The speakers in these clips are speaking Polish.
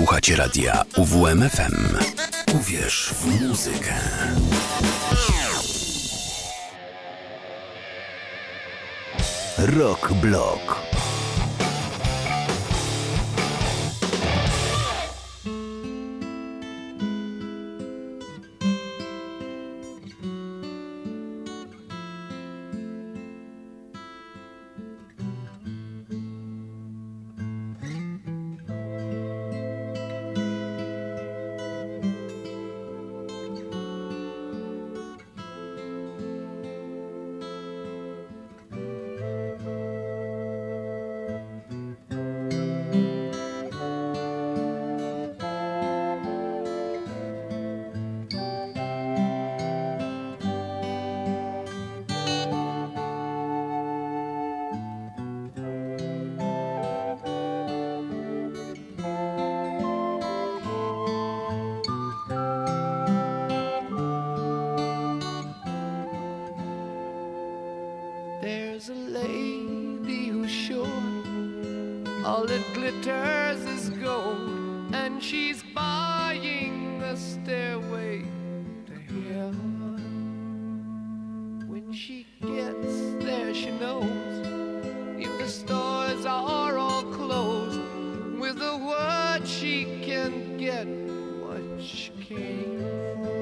Słuchacie radia UWMFM. Uwierz w muzykę. Rock Block. All that glitters is gold, and she's buying a stairway to heaven. When she gets there, she knows if the stores are all closed, with a word she can get what she came for.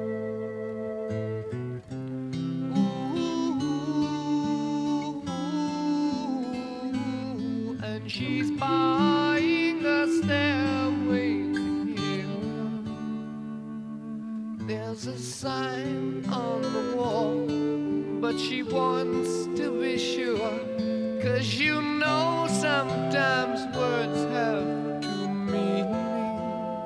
She's buying a stairway to heaven. There's a sign on the wall, but she wants to be sure, 'cause you know sometimes words have two meanings.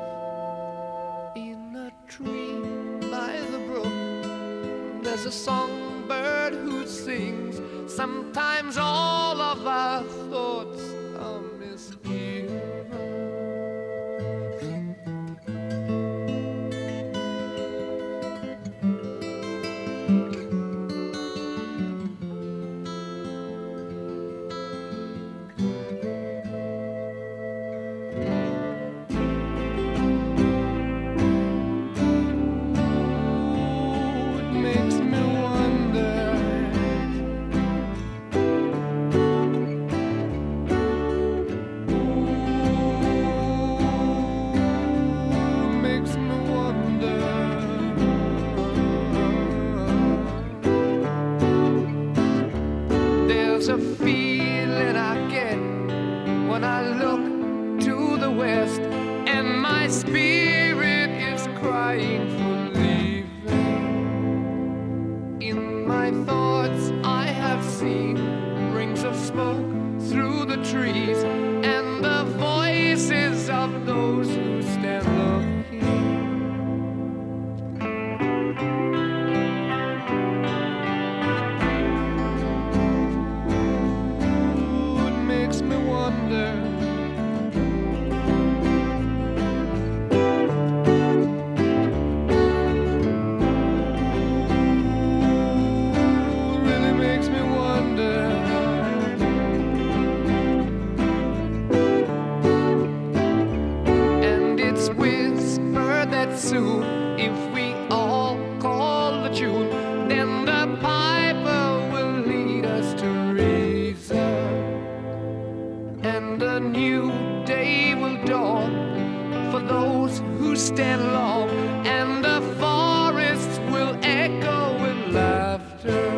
In a tree by the brook, there's a songbird who sings. Sometimes all of our thoughts are misgiven. A feeling I get when I look to the west, and my spirit is crying for leaving. In my thoughts I have seen rings of smoke through the trees, and the voices of those who stand looking. Soon, if we all call the tune, then the piper will lead us to reason, and a new day will dawn for those who stand long, and the forests will echo with laughter.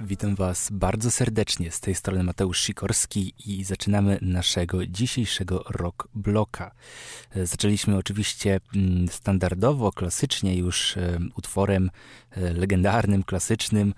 Witam Was bardzo serdecznie. Z tej strony Mateusz Sikorski i zaczynamy naszego dzisiejszego rock bloka. Zaczęliśmy oczywiście standardowo, klasycznie już utworem legendarnym, klasycznym.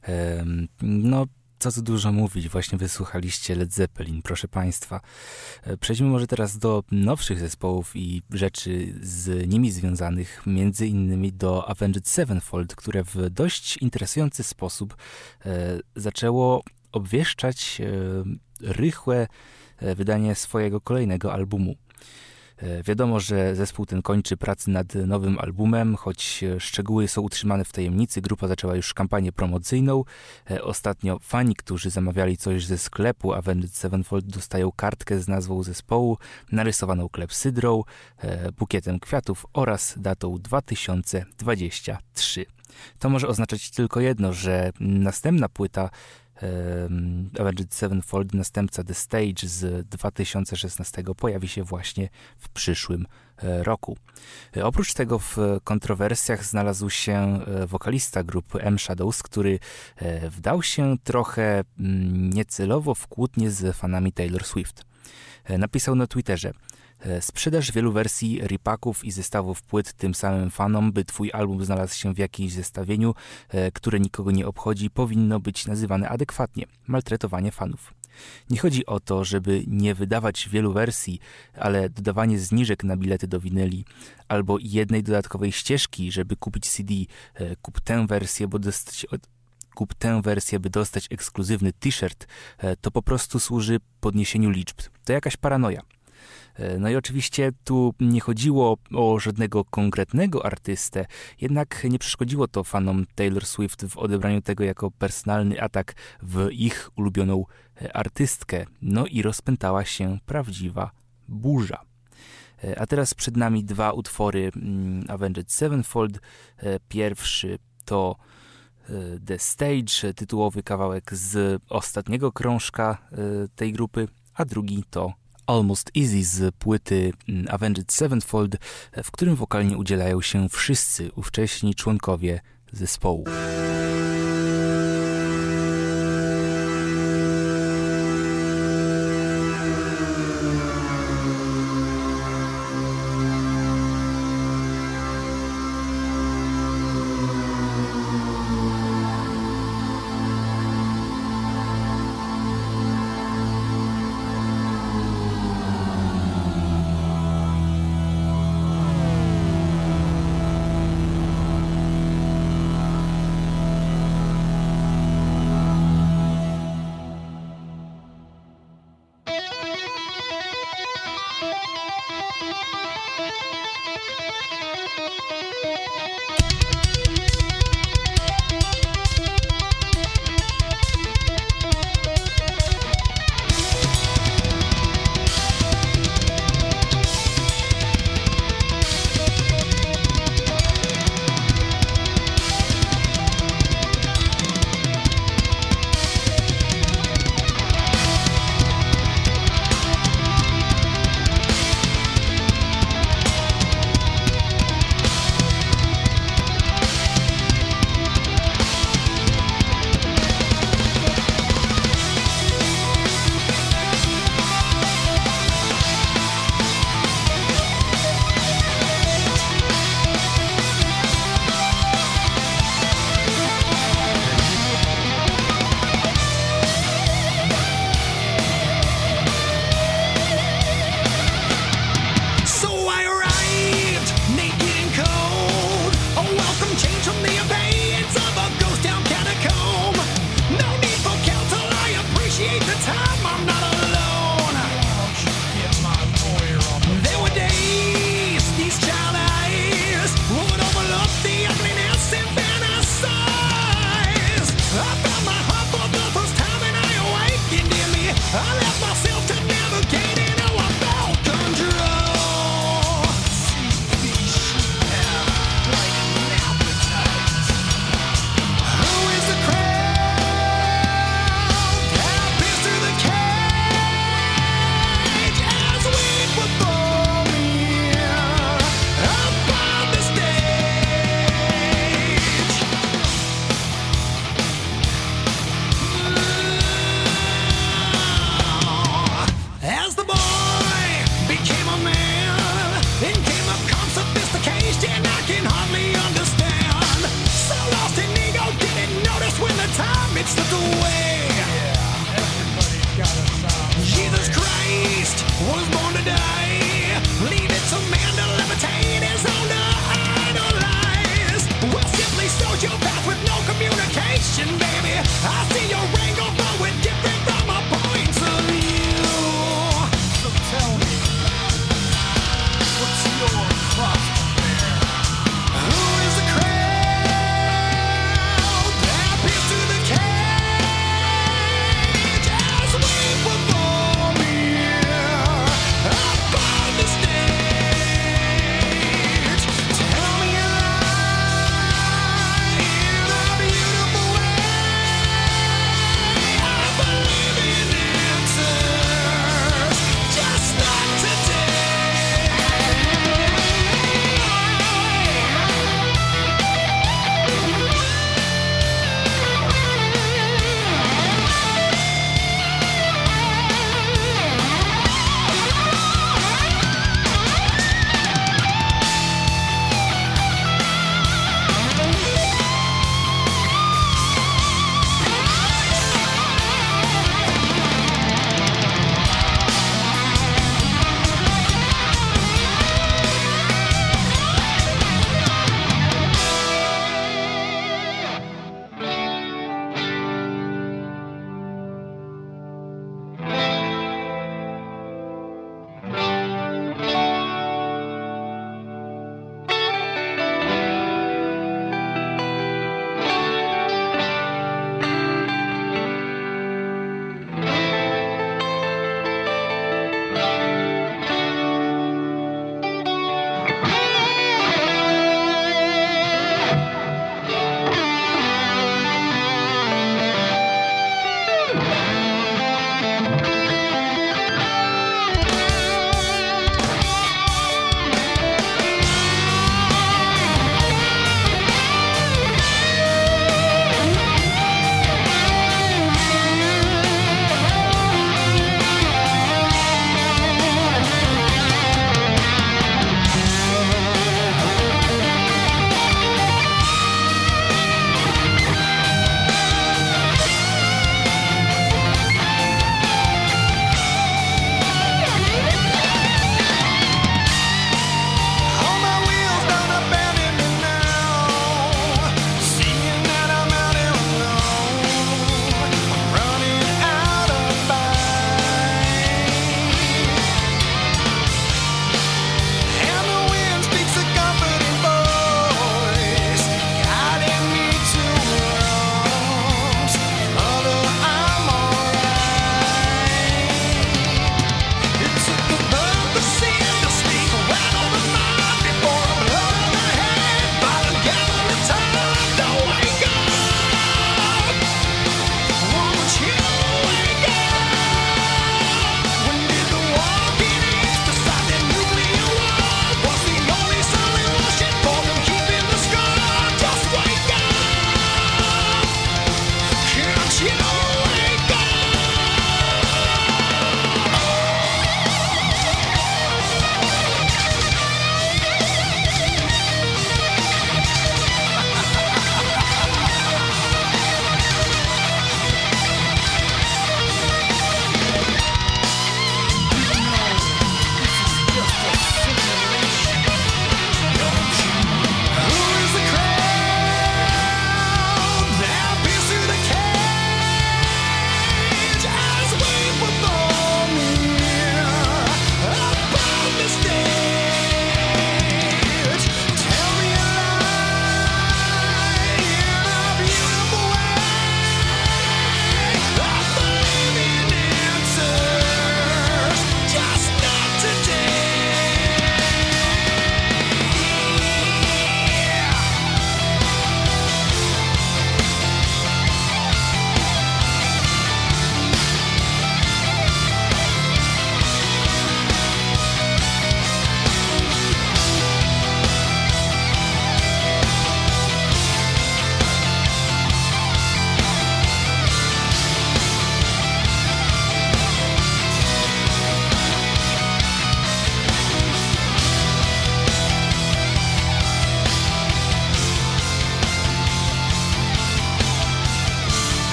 Co tu dużo mówić, właśnie wysłuchaliście Led Zeppelin, proszę Państwa. Przejdźmy może teraz do nowszych zespołów i rzeczy z nimi związanych, między innymi do Avenged Sevenfold, które w dość interesujący sposób zaczęło obwieszczać rychłe wydanie swojego kolejnego albumu. Wiadomo, że zespół ten kończy pracę nad nowym albumem, choć szczegóły są utrzymane w tajemnicy. Grupa zaczęła już kampanię promocyjną. Ostatnio fani, którzy zamawiali coś ze sklepu Avenged Sevenfold, dostają kartkę z nazwą zespołu, narysowaną klepsydrą, bukietem kwiatów oraz datą 2023. To może oznaczać tylko jedno, że następna płyta Avenged Sevenfold, następca The Stage z 2016 pojawi się właśnie w przyszłym roku. Oprócz tego w kontrowersjach znalazł się wokalista grupy M Shadows, który wdał się trochę niecelowo w kłótnię z fanami Taylor Swift. Napisał na Twitterze: sprzedaż wielu wersji ripaków i zestawów płyt tym samym fanom, by twój album znalazł się w jakimś zestawieniu, które nikogo nie obchodzi, powinno być nazywane adekwatnie. Maltretowanie fanów. Nie chodzi o to, żeby nie wydawać wielu wersji, ale dodawanie zniżek na bilety do winyli albo jednej dodatkowej ścieżki, żeby kupić CD. Kup tę wersję, by dostać ekskluzywny t-shirt, to po prostu służy podniesieniu liczb. To jakaś paranoja. No i oczywiście tu nie chodziło o żadnego konkretnego artystę, jednak nie przeszkodziło to fanom Taylor Swift w odebraniu tego jako personalny atak w ich ulubioną artystkę. No i rozpętała się prawdziwa burza. A teraz przed nami dwa utwory Avenged Sevenfold. Pierwszy to The Stage, tytułowy kawałek z ostatniego krążka tej grupy, a drugi to Almost Easy z płyty Avenged Sevenfold, w którym wokalnie udzielają się wszyscy ówcześni członkowie zespołu.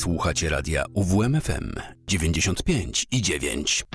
Słuchacie radia UWMFM 95,9.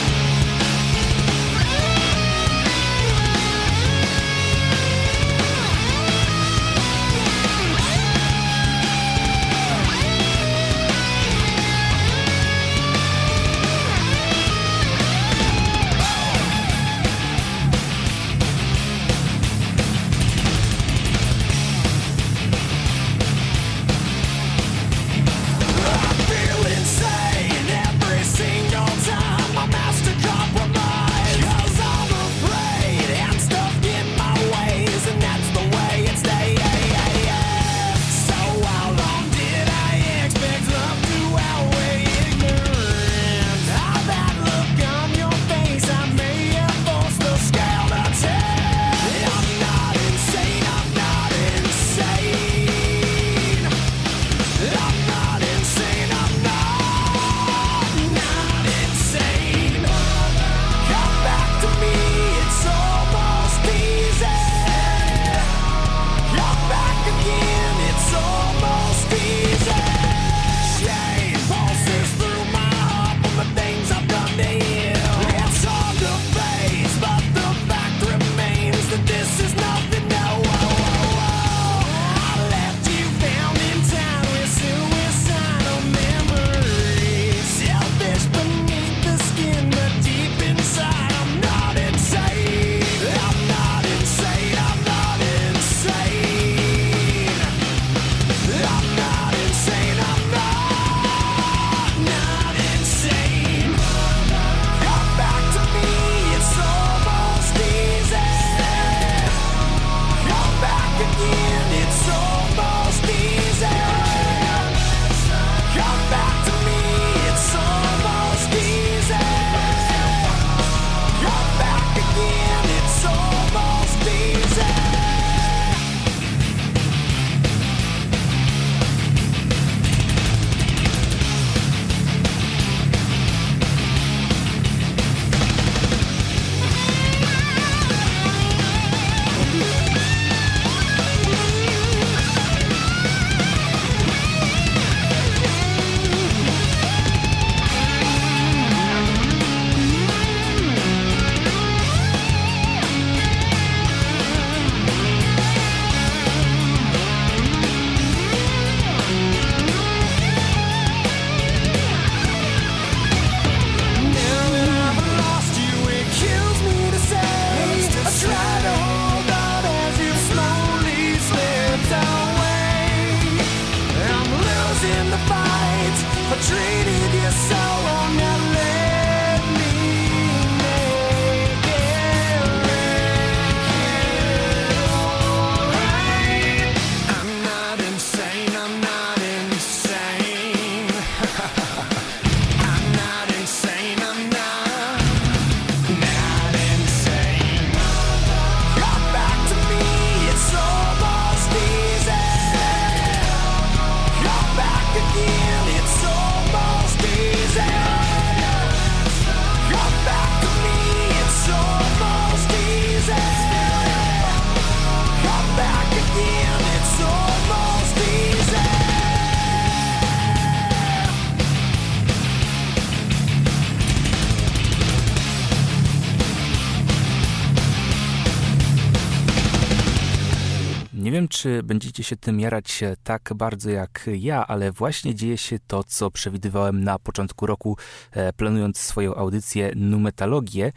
Nie wiem, czy będziecie się tym jarać tak bardzo jak ja, ale właśnie dzieje się to, co przewidywałem na początku roku, planując swoją audycję Numetalogię.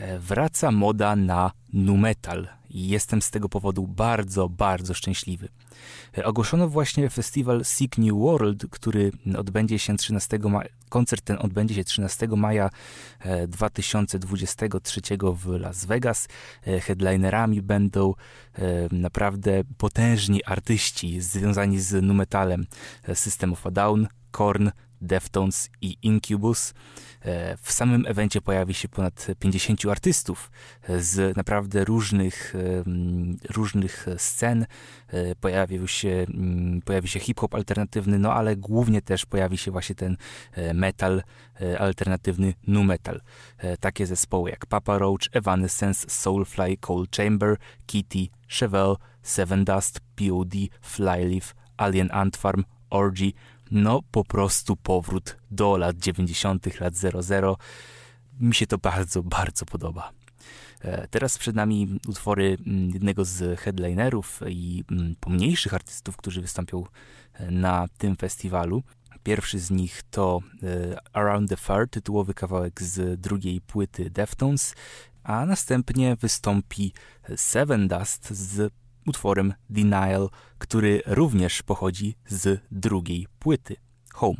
Wraca moda na numetal i jestem z tego powodu bardzo, bardzo szczęśliwy. Ogłoszono właśnie festiwal Seek New World, który odbędzie się 13 maja. Koncert ten odbędzie się 13 maja 2023 w Las Vegas. Headlinerami będą naprawdę potężni artyści związani z numetalem: System of a Down, Korn, Deftones i Incubus. W samym evencie pojawi się ponad 50 artystów z naprawdę różnych scen. Pojawi się hip-hop alternatywny, no ale głównie też pojawi się właśnie ten metal alternatywny, nu metal. Takie zespoły jak Papa Roach, Evanescence, Soulfly, Cold Chamber, Kitty, Chevelle, Seven Dust, POD, Flyleaf, Alien Ant Farm, Orgy, no po prostu powrót do lat 90., lat 00. Mi się to bardzo, bardzo podoba. Teraz przed nami utwory jednego z headlinerów i pomniejszych artystów, którzy wystąpią na tym festiwalu. Pierwszy z nich to Around the Fur, tytułowy kawałek z drugiej płyty Deftones, a następnie wystąpi Sevendust z utworem Denial, który również pochodzi z drugiej płyty Home.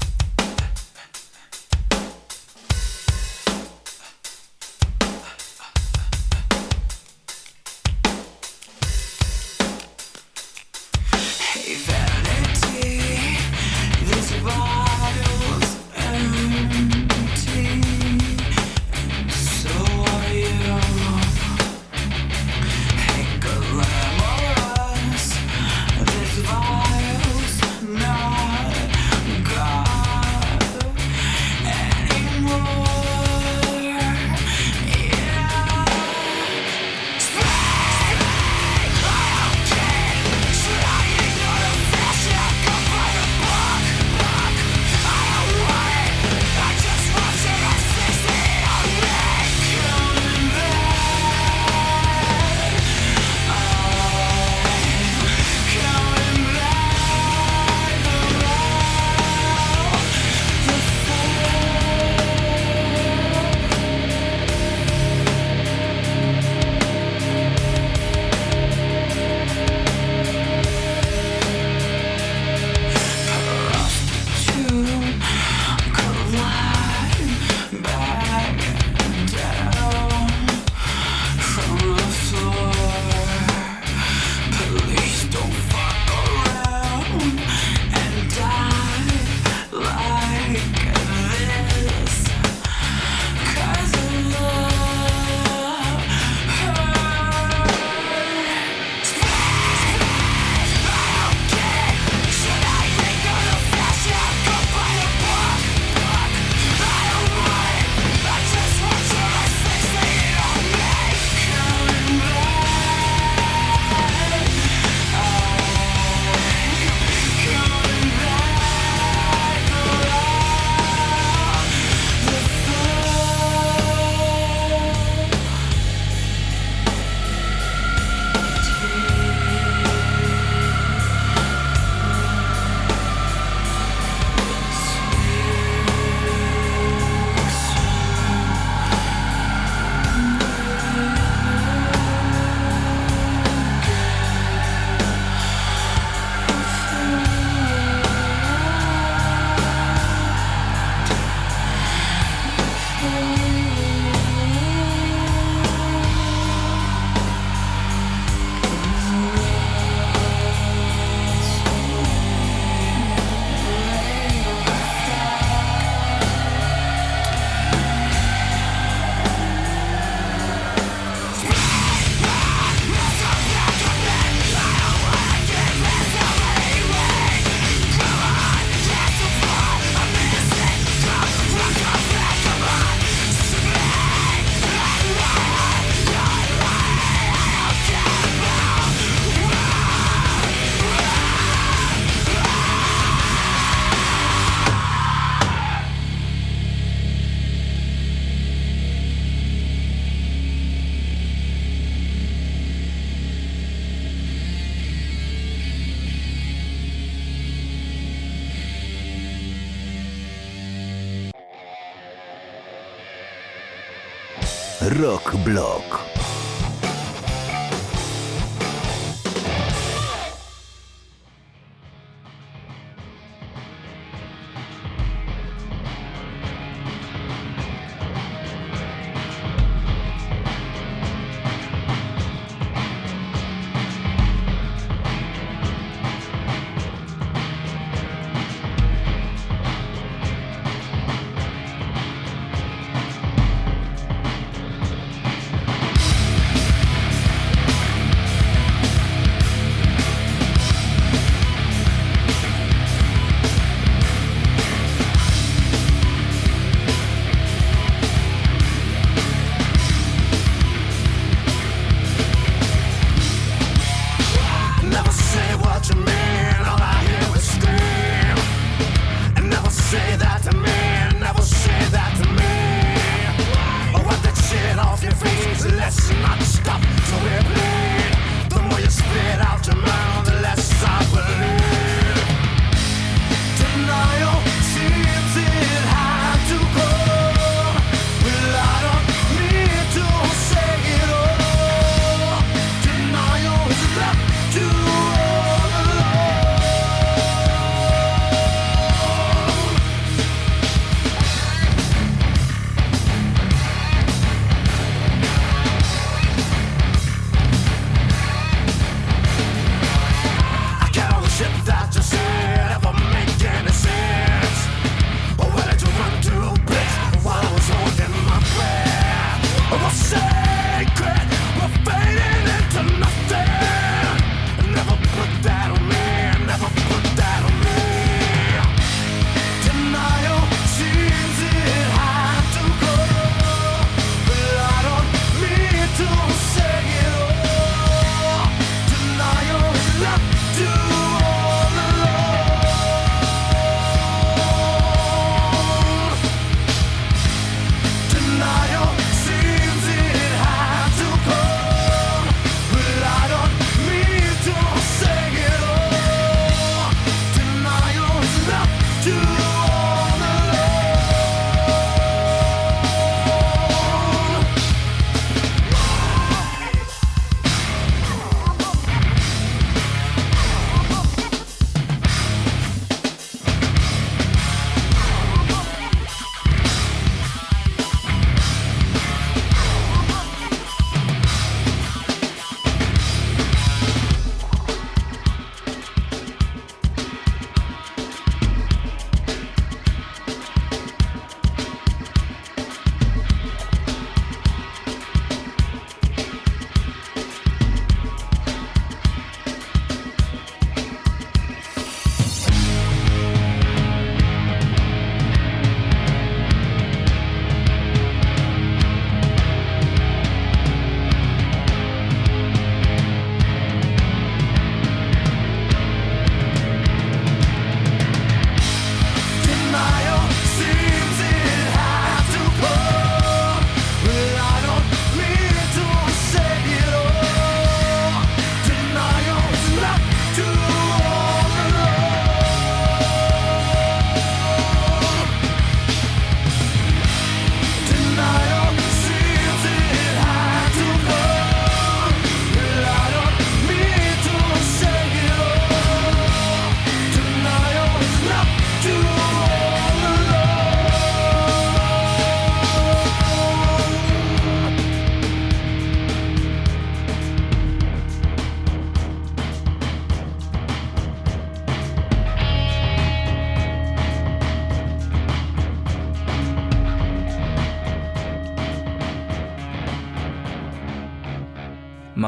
Rock Block.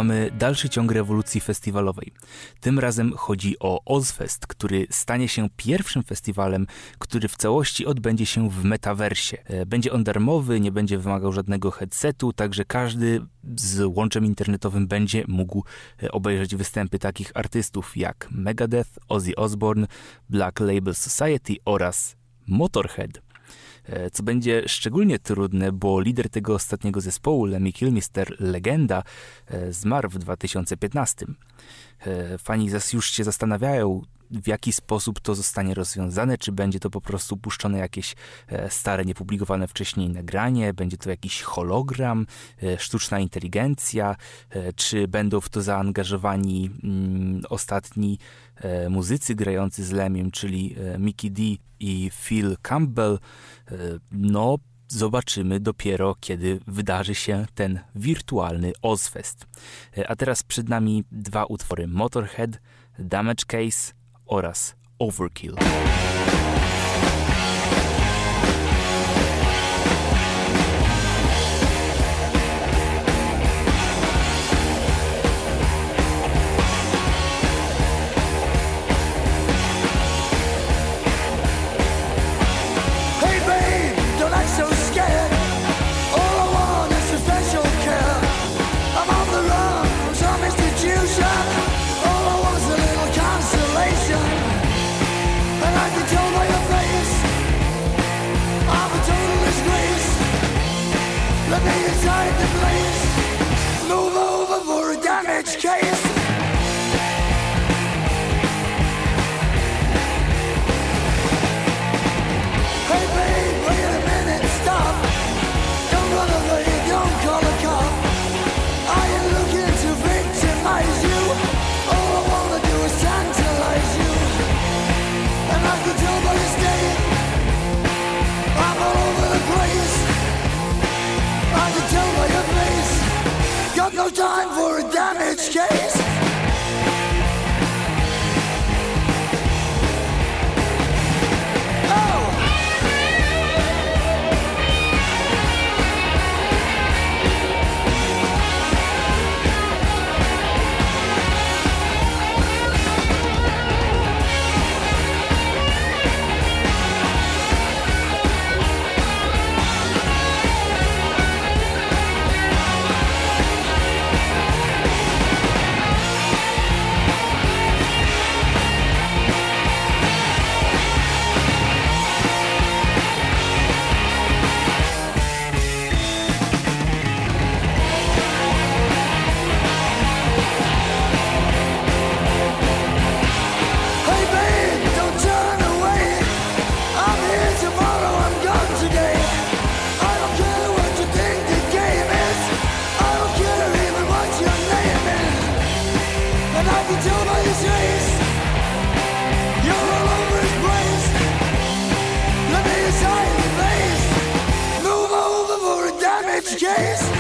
mamy dalszy ciąg rewolucji festiwalowej. Tym razem chodzi o Ozzfest, który stanie się pierwszym festiwalem, który w całości odbędzie się w metaversie. Będzie on darmowy, nie będzie wymagał żadnego headsetu, także każdy z łączem internetowym będzie mógł obejrzeć występy takich artystów jak Megadeth, Ozzy Osbourne, Black Label Society oraz Motorhead. Co będzie szczególnie trudne, bo lider tego ostatniego zespołu, Lemmy Kilmister, legenda, zmarł w 2015. Fani już się zastanawiają, w jaki sposób to zostanie rozwiązane, czy będzie to po prostu puszczone jakieś stare, niepublikowane wcześniej nagranie, będzie to jakiś hologram, sztuczna inteligencja, czy będą w to zaangażowani ostatni muzycy grający z Lemmym, czyli Mikkey D i Phil Campbell. No, zobaczymy dopiero, kiedy wydarzy się ten wirtualny Ozzfest. A teraz przed nami dwa utwory: Motorhead, Damage Case oraz Overkill. Let me inside the place. Move over for a damage case. Hey babe, wait a minute, stop. Don't run away, don't call a cop. I ain't looking to victimize you. All I wanna do is tantalize you. And I can tell by your state I'm all over the place. I can tell by your face. Got no time for a damage case. Oh! Case.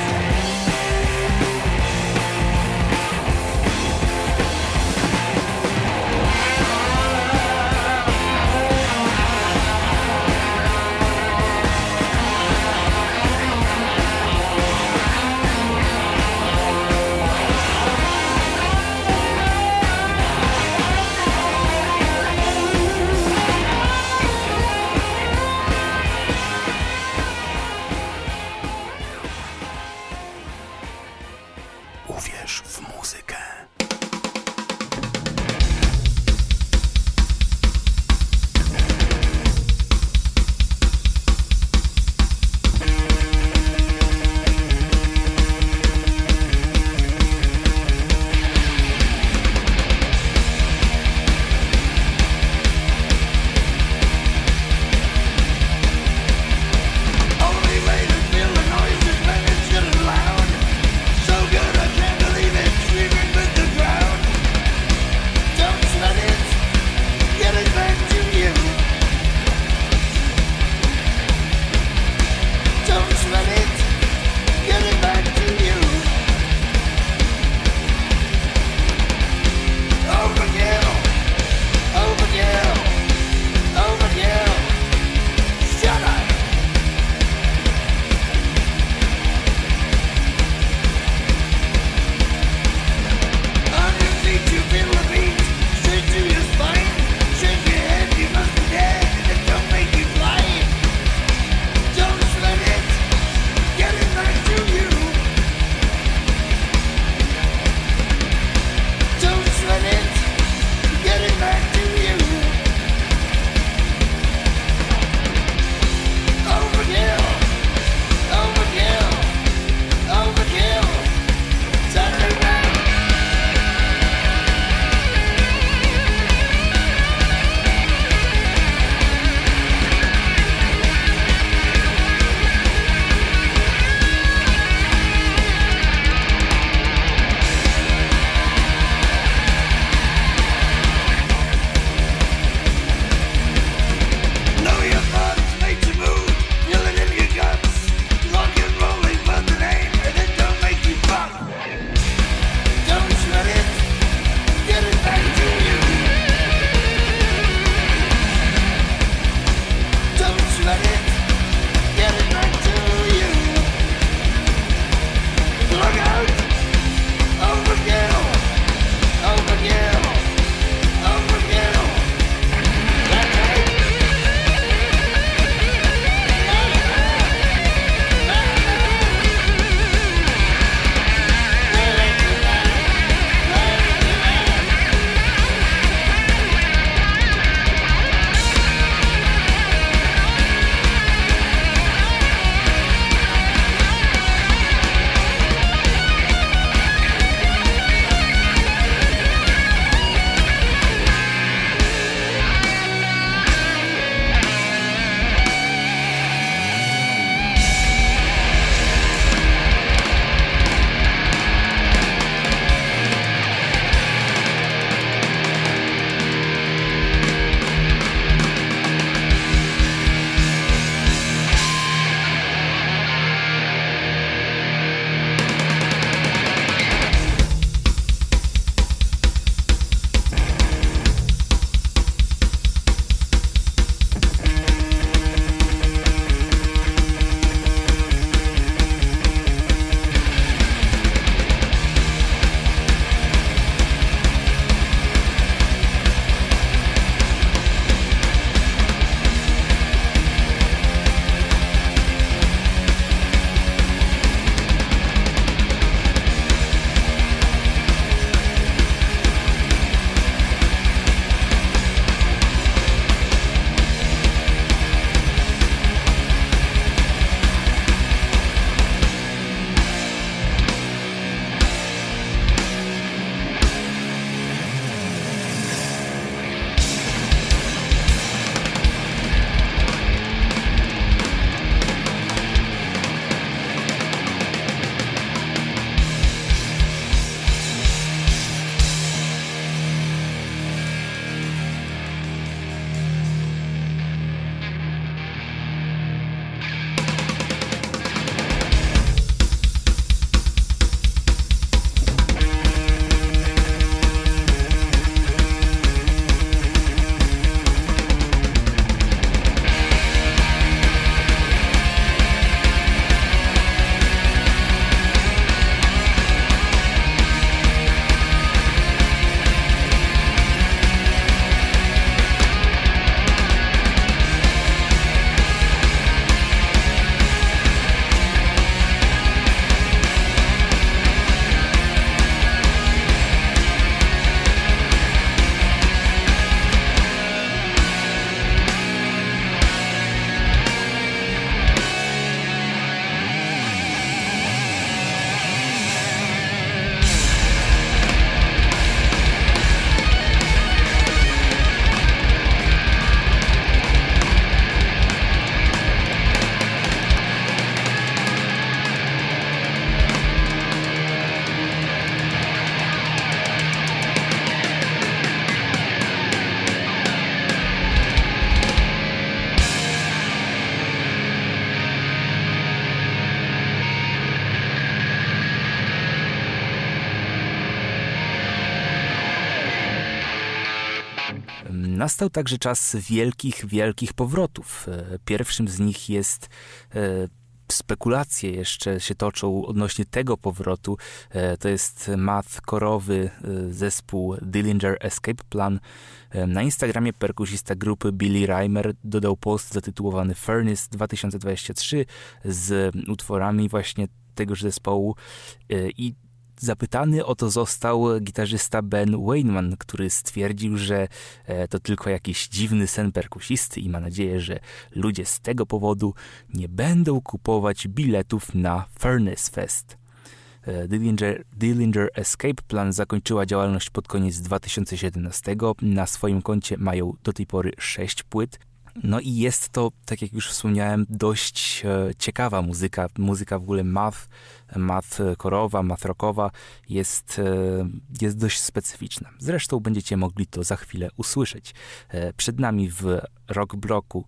Nastał także czas wielkich powrotów. Pierwszym z nich jest spekulacje jeszcze się toczą odnośnie tego powrotu. To jest mathcore'owy zespół Dillinger Escape Plan. Na Instagramie perkusista grupy Billy Reimer dodał post zatytułowany Furnace 2023 z utworami właśnie tegoż zespołu i zapytany o to został gitarzysta Ben Weinman, który stwierdził, że to tylko jakiś dziwny sen perkusisty i ma nadzieję, że ludzie z tego powodu nie będą kupować biletów na Furnace Fest. Dillinger Escape Plan zakończyła działalność pod koniec 2017. Na swoim koncie mają do tej pory 6 płyt. No i jest to, tak jak już wspomniałem, dość ciekawa muzyka. Muzyka w ogóle mathcore'owa, mathrockowa jest dość specyficzna. Zresztą będziecie mogli to za chwilę usłyszeć. Przed nami w rock bloku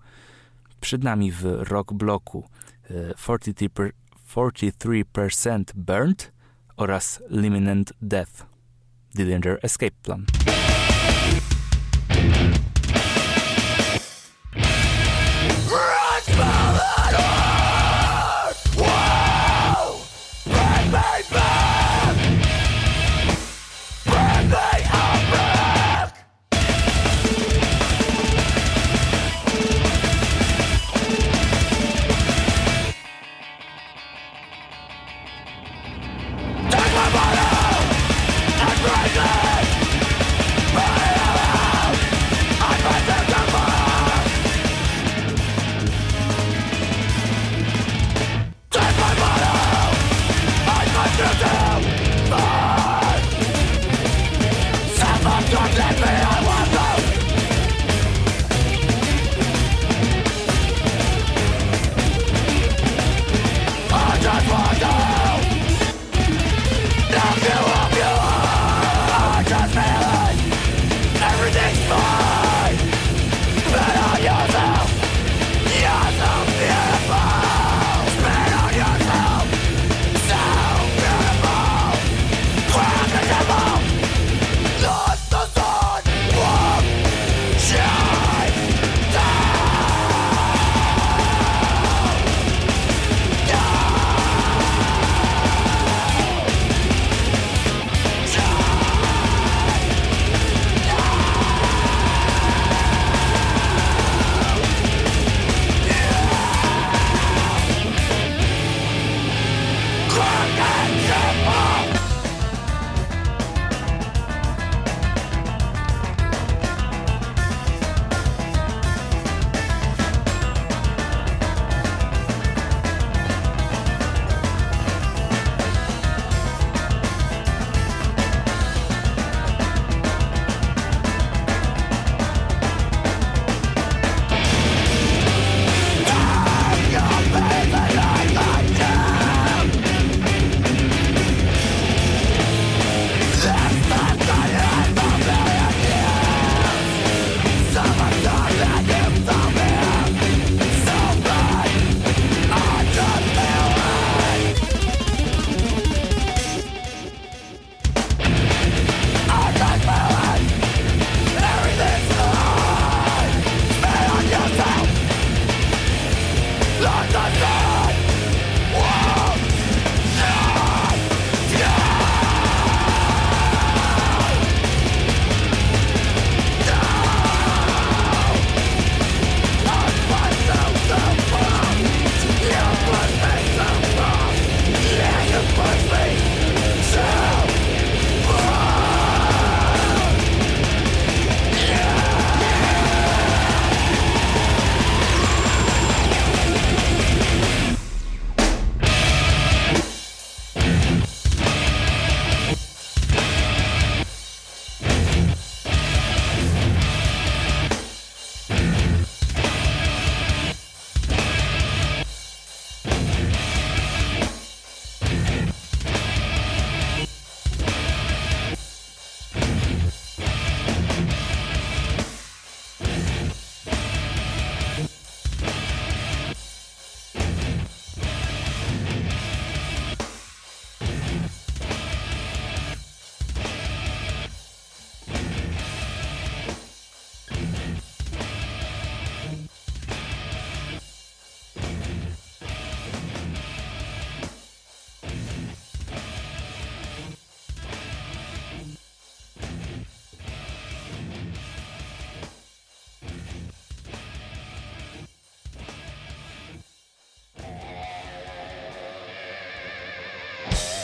43% Burnt oraz Imminent Death. Dillinger Escape Plan.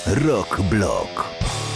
Rock Block.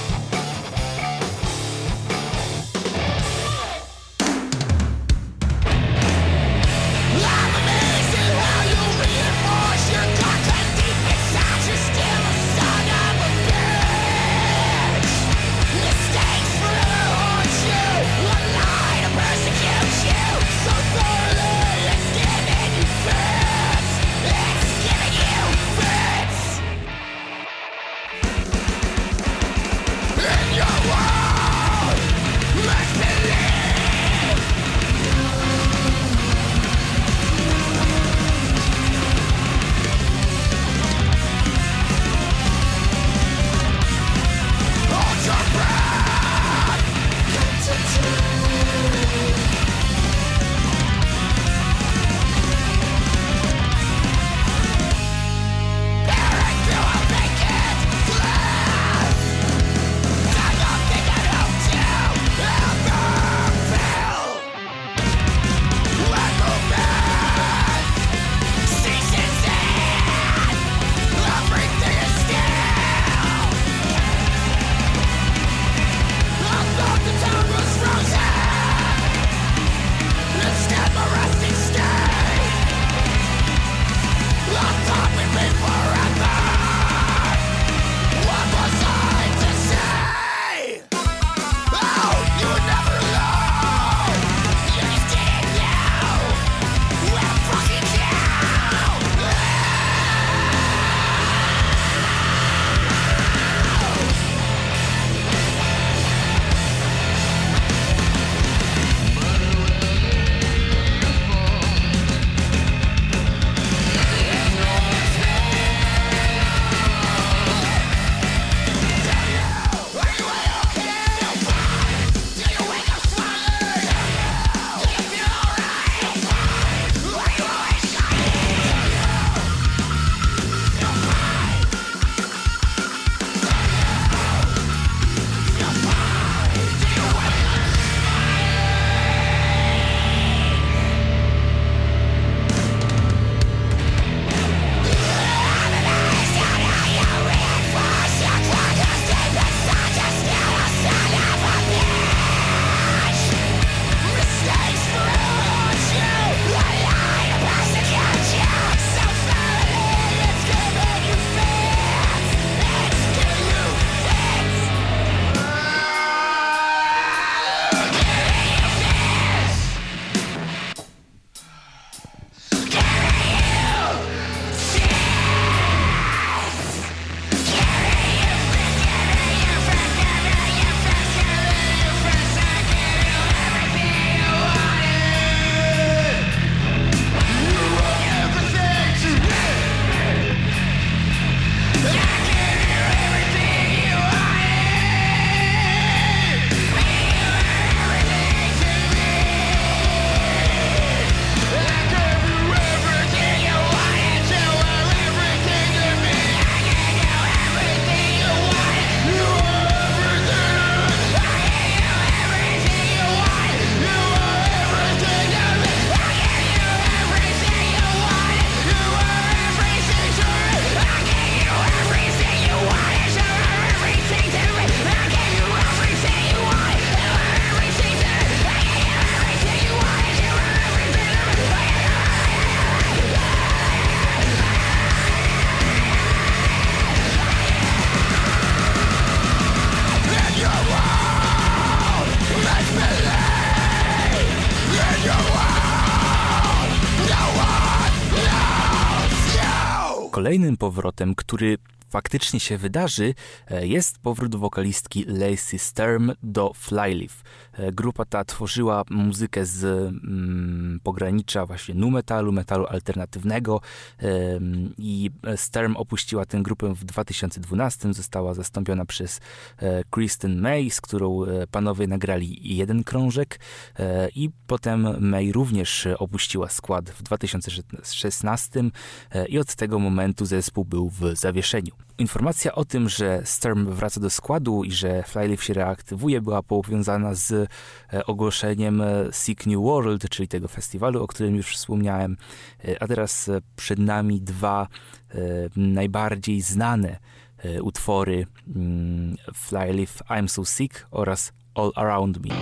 Kolejnym powrotem, który faktycznie się wydarzy, jest powrót wokalistki Lacey Sturm do Flyleaf. Grupa ta tworzyła muzykę z pogranicza właśnie nu metalu, metalu alternatywnego i Sturm opuściła tę grupę w 2012. Została zastąpiona przez Kristen May, z którą panowie nagrali jeden krążek i potem May również opuściła skład w 2016 i od tego momentu zespół był w zawieszeniu. Informacja o tym, że Sturm wraca do składu i że Flyleaf się reaktywuje, była powiązana z ogłoszeniem Seek New World, czyli tego festiwalu, o którym już wspomniałem. A teraz przed nami dwa najbardziej znane utwory Flyleaf, I'm So Sick oraz All Around Me.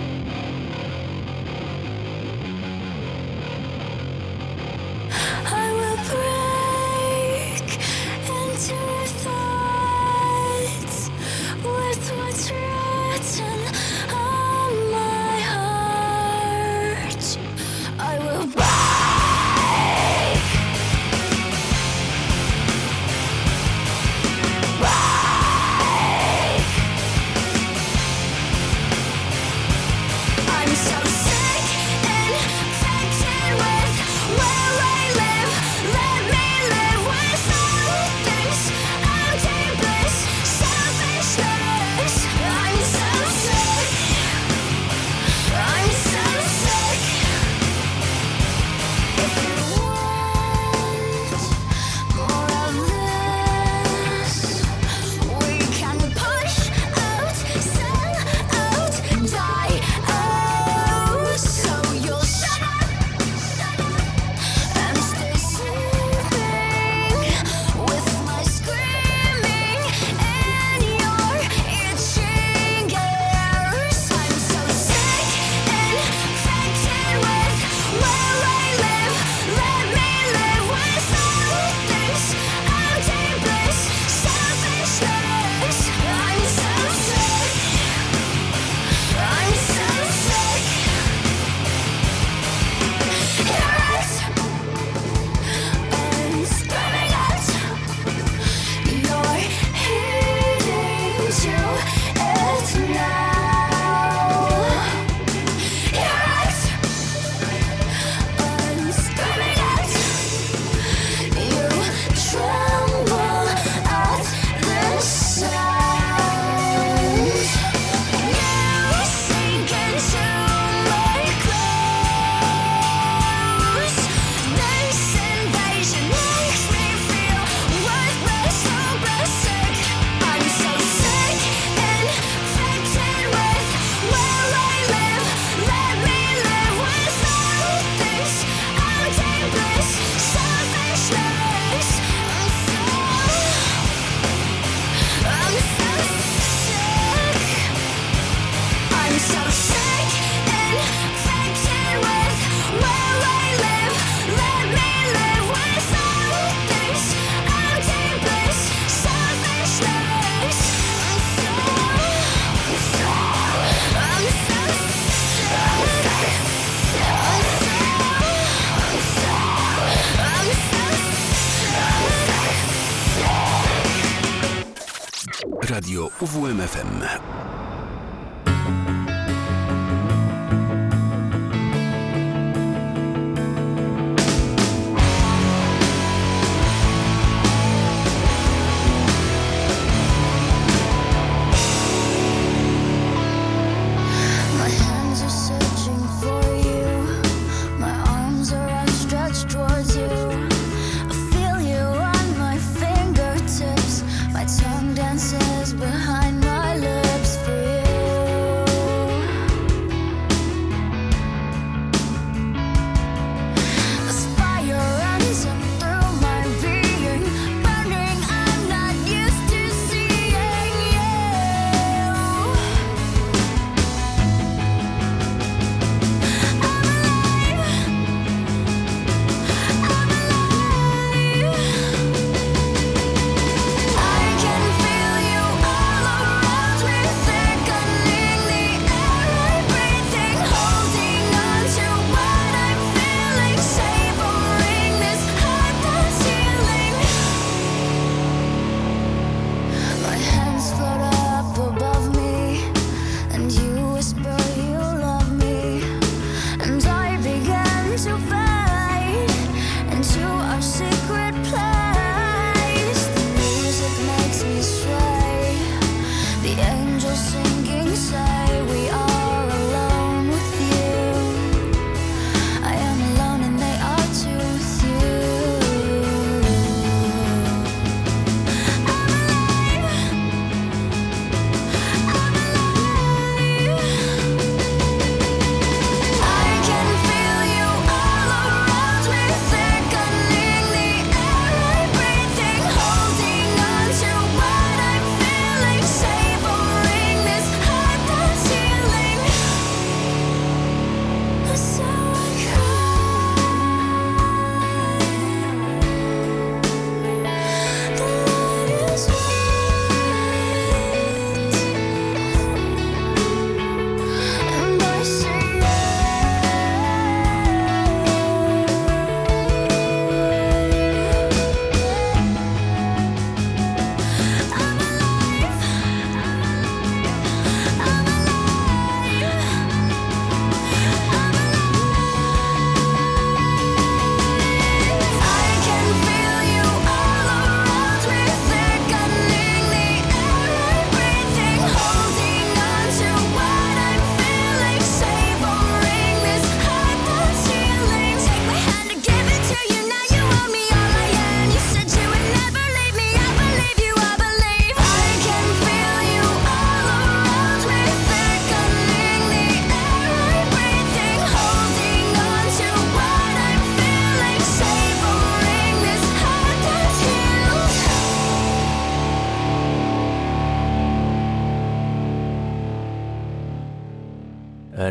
Radio UWMFM. Tongue dances behind my lips for you.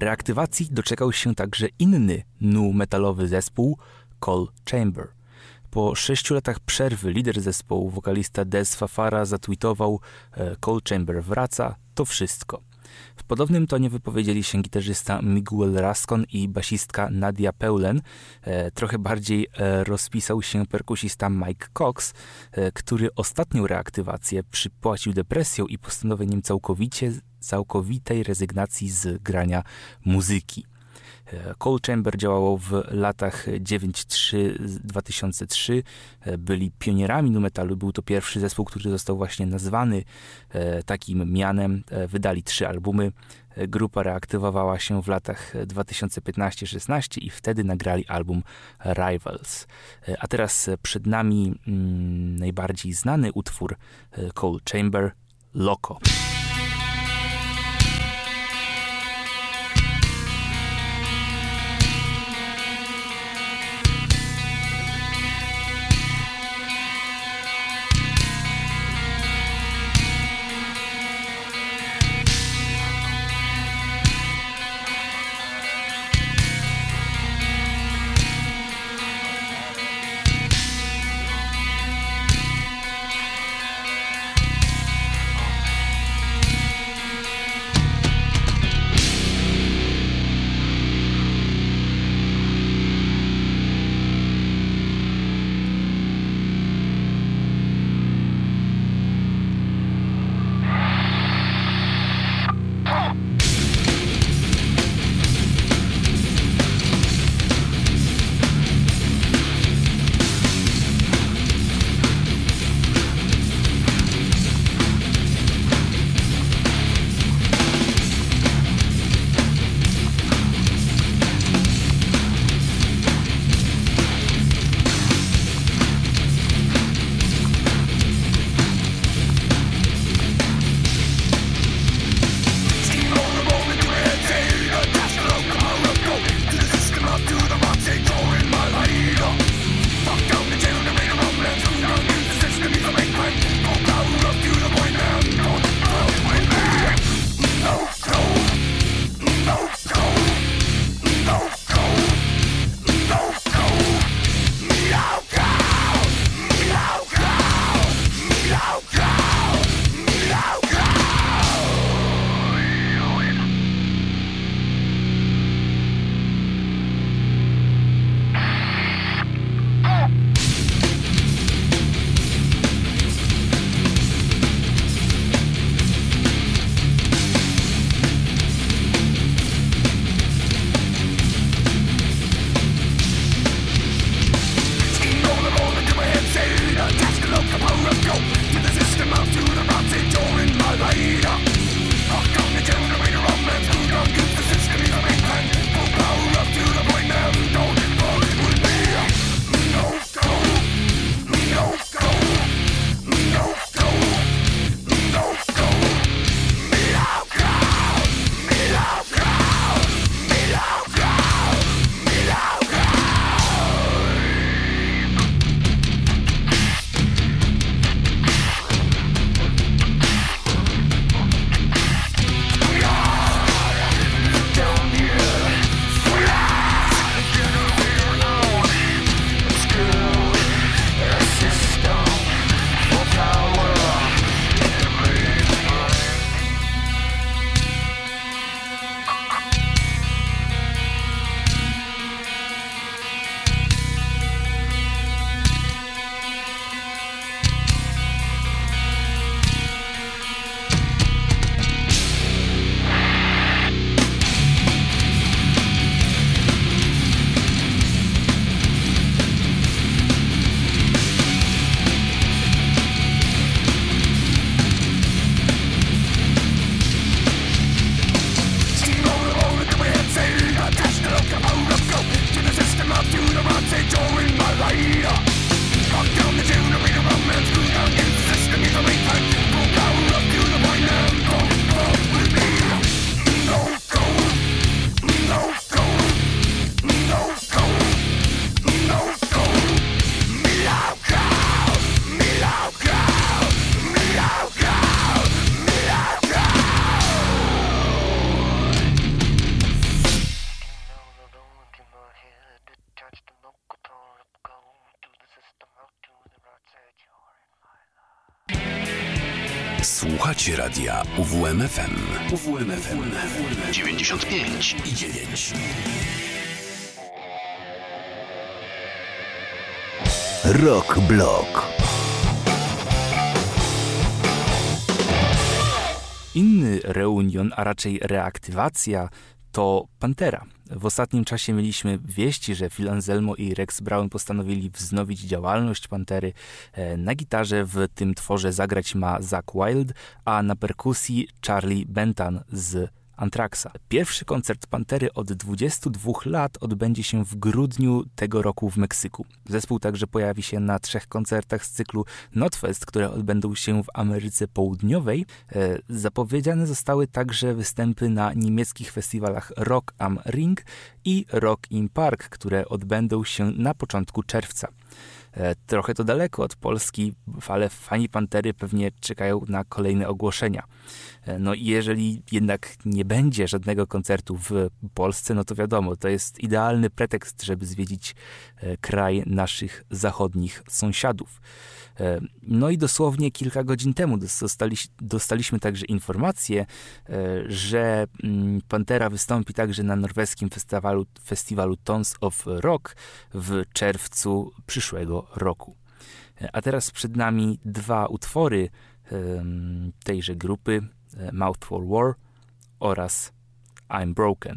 Reaktywacji doczekał się także inny nu metalowy zespół Coal Chamber. Po 6 latach przerwy lider zespołu, wokalista Des Fafara, zatweetował: Coal Chamber wraca, to wszystko. W podobnym tonie wypowiedzieli się gitarzysta Miguel Rascon i basistka Nadia Peulen. Trochę bardziej rozpisał się perkusista Mike Cox, który ostatnią reaktywację przypłacił depresją i postanowieniem całkowitej rezygnacji z grania muzyki. Coal Chamber działało w latach 93-2003. Byli pionierami nu metalu. Był to pierwszy zespół, który został właśnie nazwany takim mianem. Wydali 3 albumy. Grupa reaktywowała się w latach 2015-16 i wtedy nagrali album Rivals. A teraz przed nami najbardziej znany utwór Coal Chamber, Loco. Słuchacie radia UWMFM. UWMFM 95,9. Rock Block. Inny reunion, a raczej reaktywacja, to Pantera. W ostatnim czasie mieliśmy wieści, że Phil Anselmo i Rex Brown postanowili wznowić działalność Pantery. Na gitarze w tym tworze zagrać ma Zakk Wylde, a na perkusji Charlie Benton z Anthraxa. Pierwszy koncert Pantery od 22 lat odbędzie się w grudniu tego roku w Meksyku. Zespół także pojawi się na 3 koncertach z cyklu Knotfest, które odbędą się w Ameryce Południowej. Zapowiedziane zostały także występy na niemieckich festiwalach Rock am Ring i Rock im Park, które odbędą się na początku czerwca. Trochę to daleko od Polski, ale fani Pantery pewnie czekają na kolejne ogłoszenia. No i jeżeli jednak nie będzie żadnego koncertu w Polsce, no to wiadomo, to jest idealny pretekst, żeby zwiedzić kraj naszych zachodnich sąsiadów. No i dosłownie kilka godzin temu dostaliśmy także informację, że Pantera wystąpi także na norweskim festiwalu Tons of Rock w czerwcu przyszłego roku. A teraz przed nami 2 utwory tejże grupy, Mouth for War oraz I'm Broken.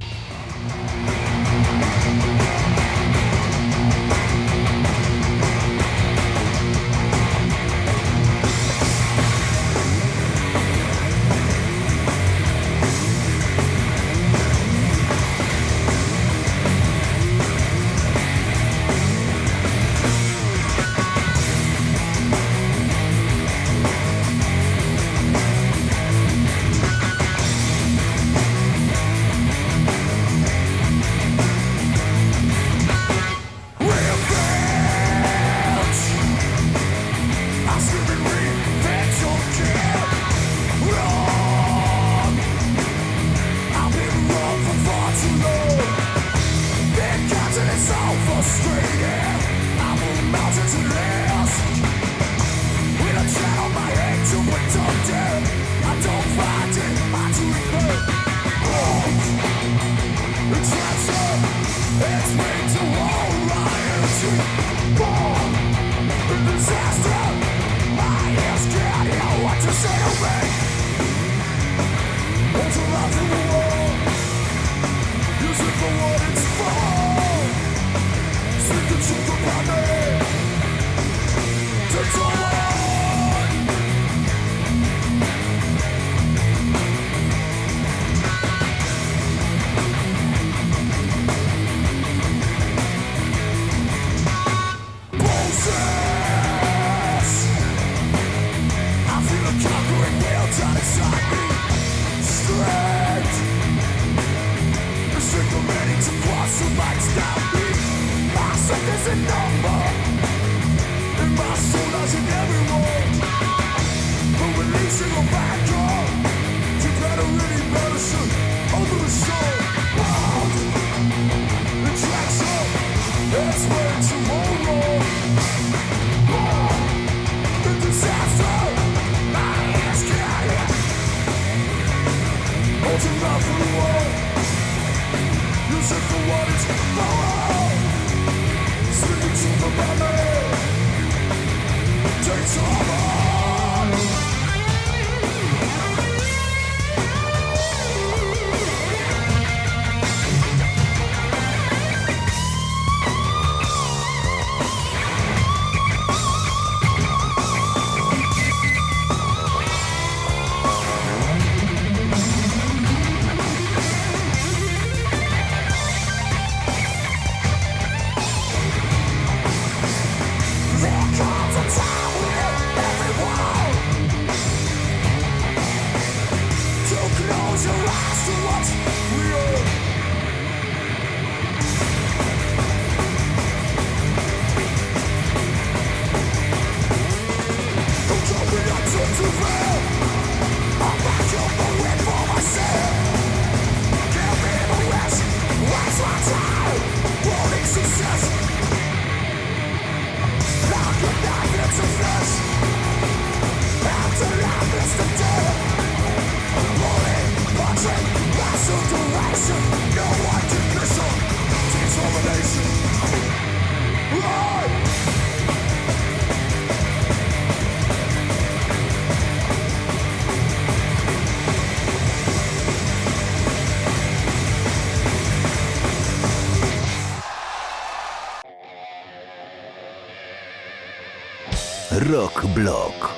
Rock Block.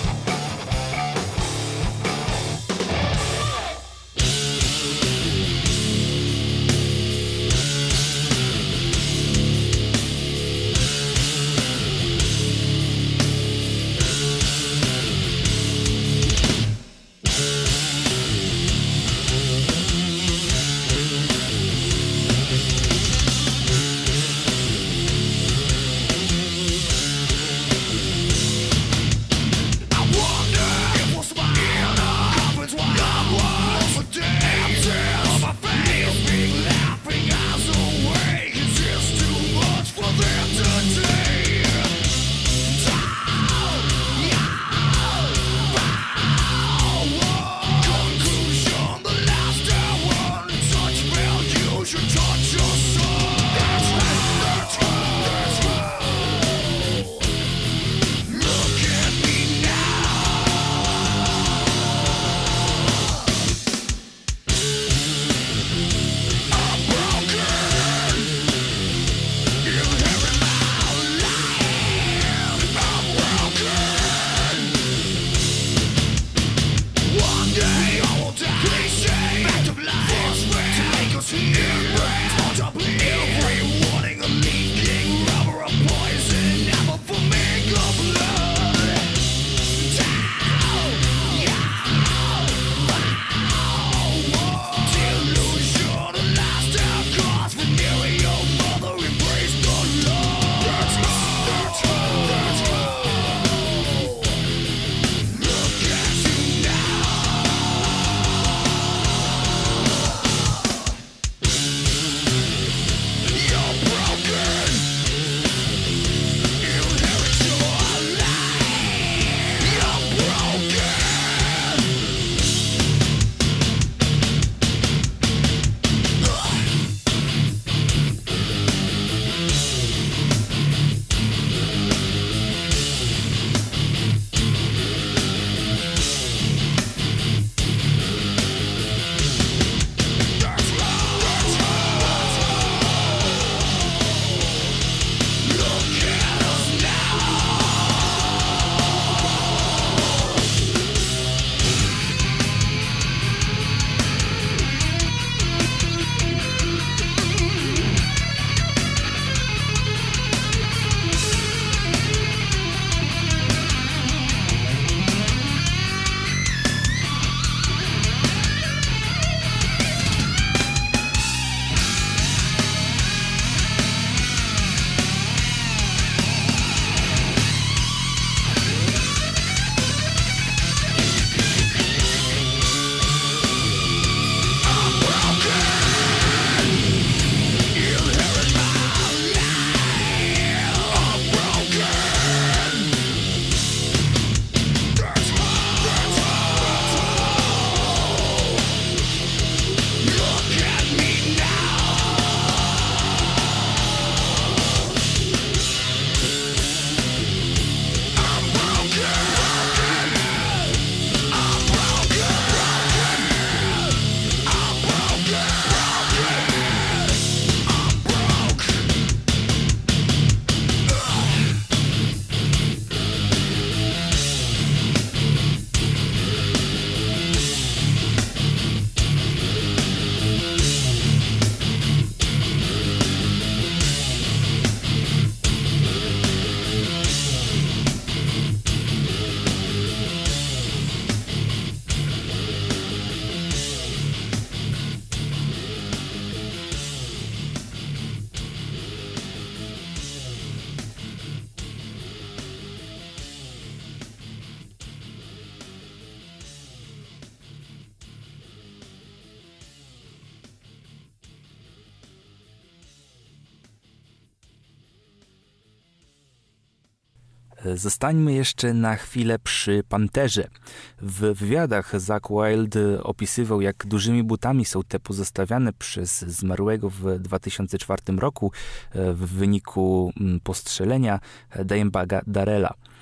Zostańmy jeszcze na chwilę przy Panterze. W wywiadach Zakk Wylde opisywał, jak dużymi butami są te pozostawiane przez zmarłego w 2004 roku w wyniku postrzelenia Dimebaga Darrella.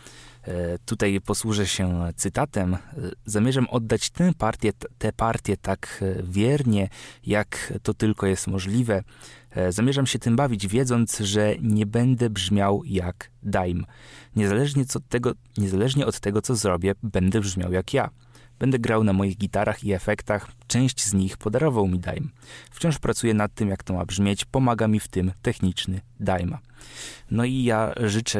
Tutaj posłużę się cytatem. Zamierzam oddać tę partię tak wiernie, jak to tylko jest możliwe. Zamierzam się tym bawić, wiedząc, że nie będę brzmiał jak Dime. Niezależnie od tego, co zrobię, będę brzmiał jak ja. Będę grał na moich gitarach i efektach. Część z nich podarował mi Dime. Wciąż pracuję nad tym, jak to ma brzmieć. Pomaga mi w tym techniczny Dime'a. No i ja życzę,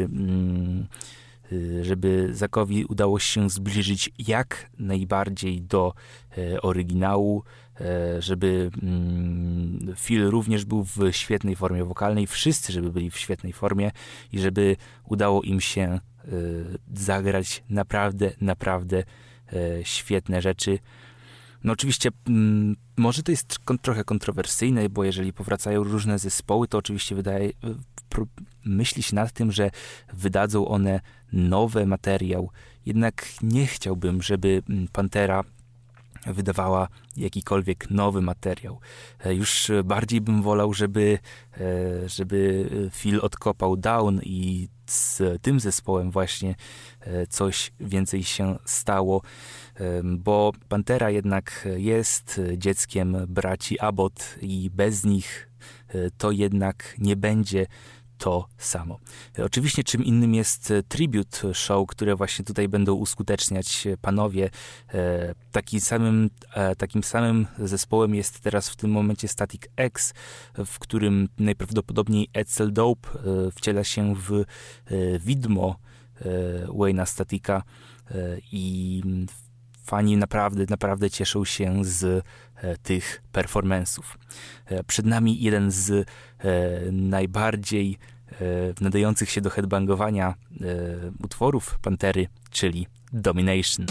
żeby Zackowi udało się zbliżyć jak najbardziej do oryginału, żeby Phil również był w świetnej formie wokalnej, wszyscy żeby byli w świetnej formie i żeby udało im się zagrać naprawdę świetne rzeczy. No oczywiście może to jest trochę kontrowersyjne, bo jeżeli powracają różne zespoły, to oczywiście myśli się nad tym, że wydadzą one nowy materiał. Jednak nie chciałbym, żeby Pantera wydawała jakikolwiek nowy materiał. Już bardziej bym wolał, żeby Phil odkopał Down i z tym zespołem właśnie coś więcej się stało, bo Pantera jednak jest dzieckiem braci Abbott i bez nich to jednak nie będzie to samo. Oczywiście czym innym jest tribute show, które właśnie tutaj będą uskuteczniać panowie. Takim samym zespołem jest teraz w tym momencie Static X, w którym najprawdopodobniej Edsel Dope wciela się w widmo Wayne'a Statica i fani naprawdę cieszą się z tych performance'ów. Przed nami jeden z najbardziej nadających się do headbangowania utworów Pantery, czyli Domination.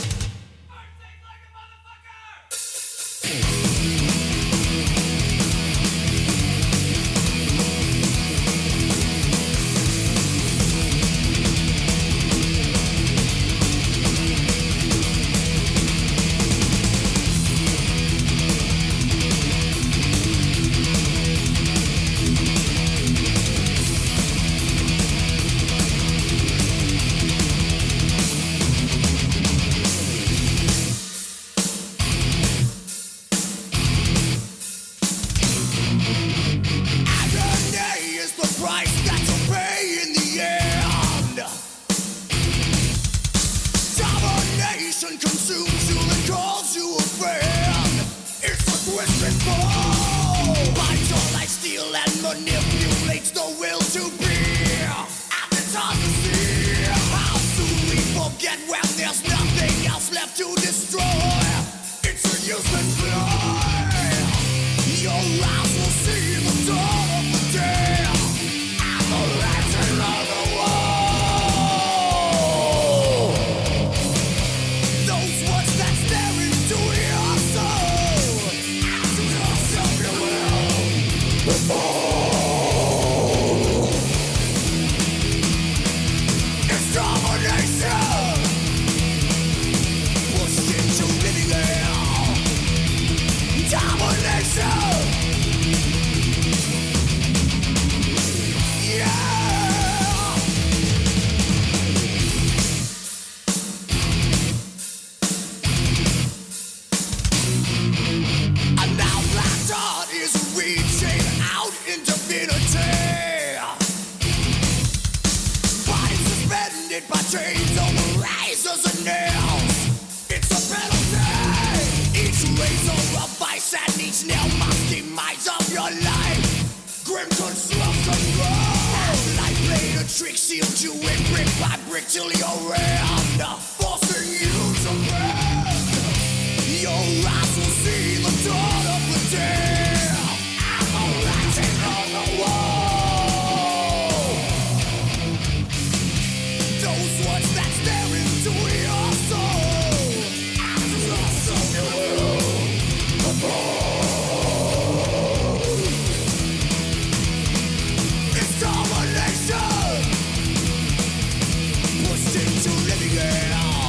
Pushed into living hell.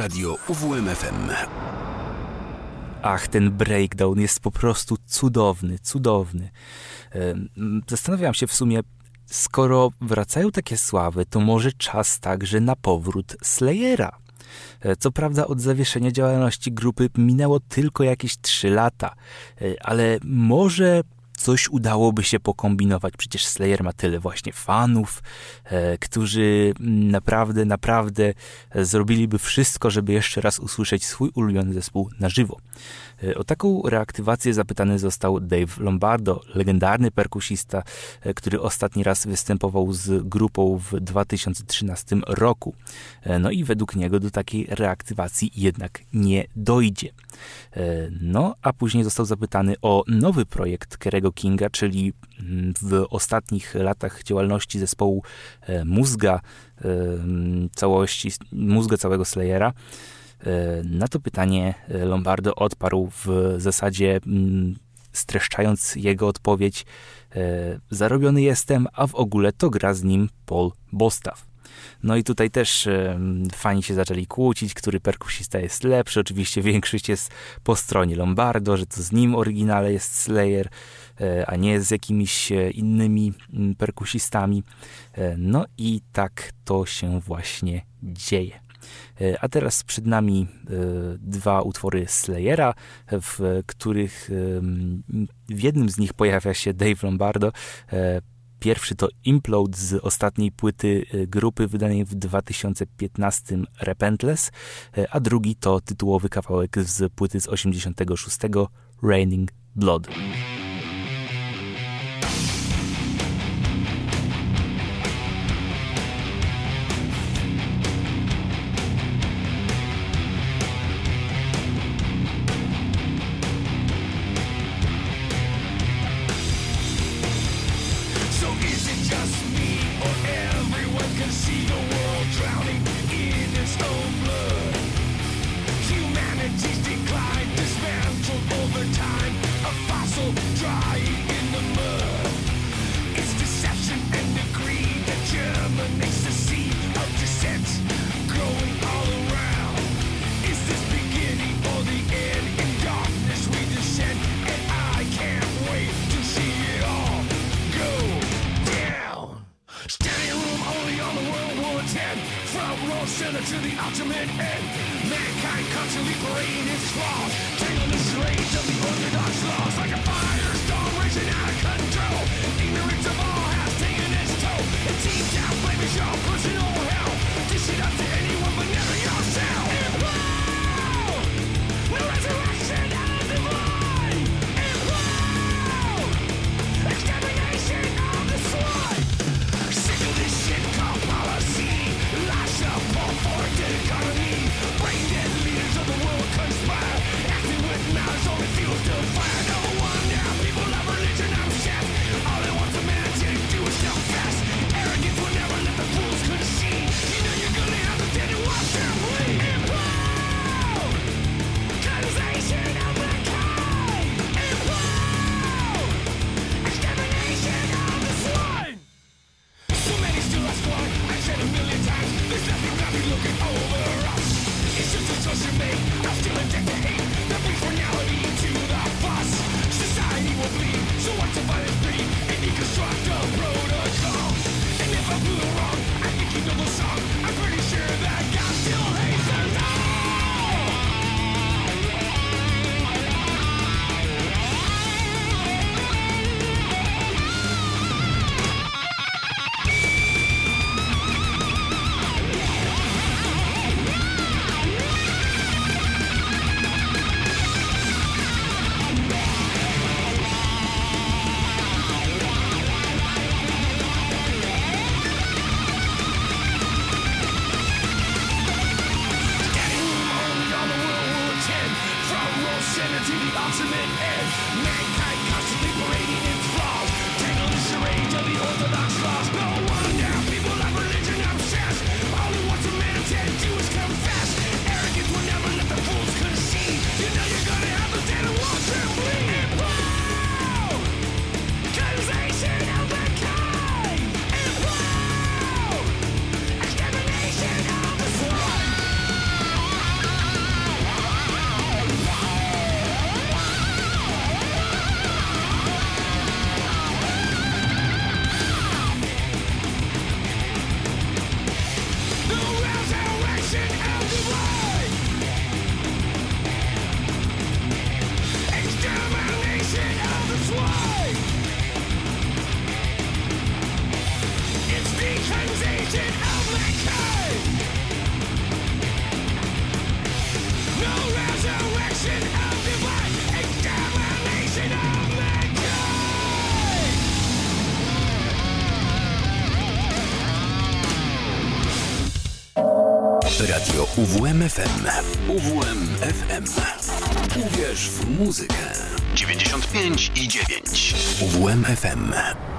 Radio UWMFM. Ach, ten breakdown jest po prostu cudowny, cudowny. Zastanawiam się w sumie, skoro wracają takie sławy, to może czas także na powrót Slayera. Co prawda od zawieszenia działalności grupy minęło tylko jakieś 3 lata, ale może coś udałoby się pokombinować. Przecież Slayer ma tyle właśnie fanów, którzy naprawdę zrobiliby wszystko, żeby jeszcze raz usłyszeć swój ulubiony zespół na żywo. O taką reaktywację zapytany został Dave Lombardo, legendarny perkusista, który ostatni raz występował z grupą w 2013 roku. No i według niego do takiej reaktywacji jednak nie dojdzie. No, a później został zapytany o nowy projekt Kerry'ego Kinga, czyli w ostatnich latach działalności zespołu Mózga całego Slayera. Na to pytanie Lombardo odparł w zasadzie streszczając jego odpowiedź: zarobiony jestem, a w ogóle to gra z nim Paul Bostaff. No i tutaj też fani się zaczęli kłócić, który perkusista jest lepszy. Oczywiście większość jest po stronie Lombardo, że to z nim oryginale jest Slayer, a nie z jakimiś innymi perkusistami. No i tak to się właśnie dzieje. A teraz przed nami 2 utwory Slayera, w których w jednym z nich pojawia się Dave Lombardo. Pierwszy to Implode z ostatniej płyty grupy wydanej w 2015 Repentless, a drugi to tytułowy kawałek z płyty z 86 Raining Blood. Radio UWMFM. UWMFM. Uwierz w muzykę. 95,9. UWMFM.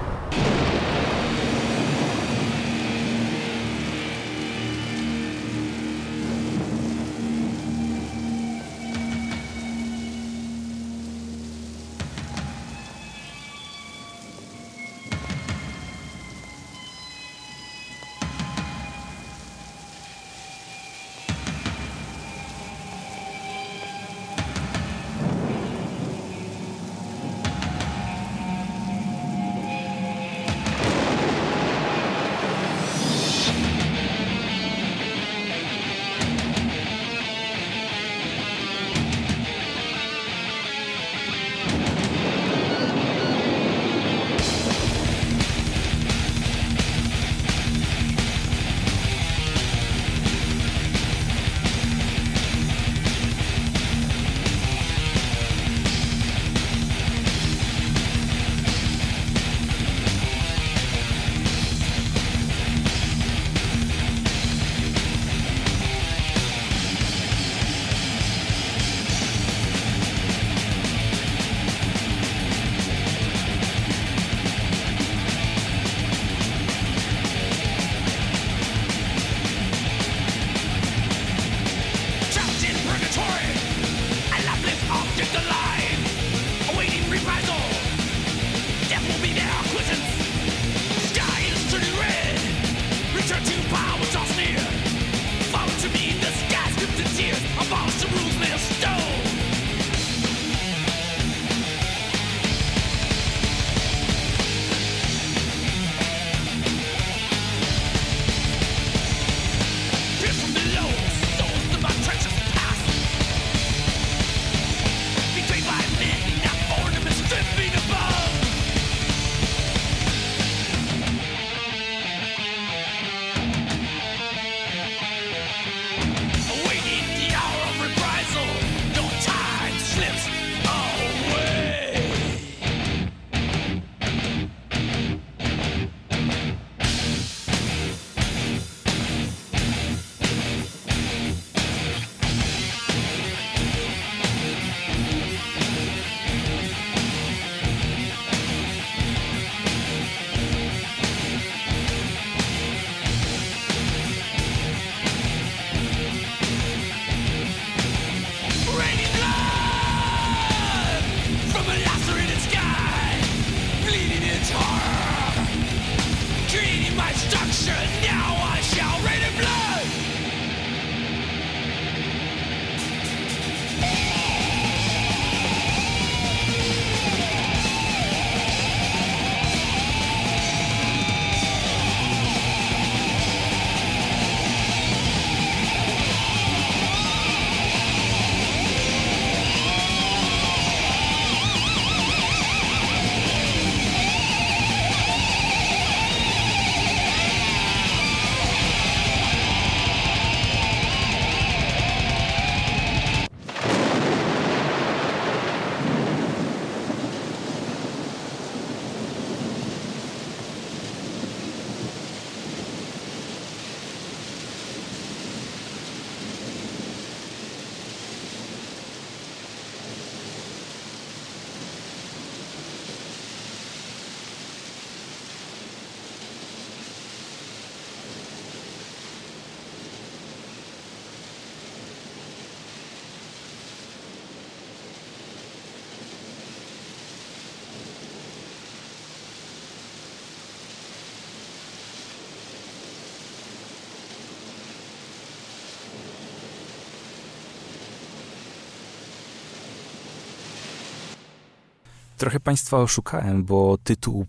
Trochę Państwa oszukałem, bo tytuł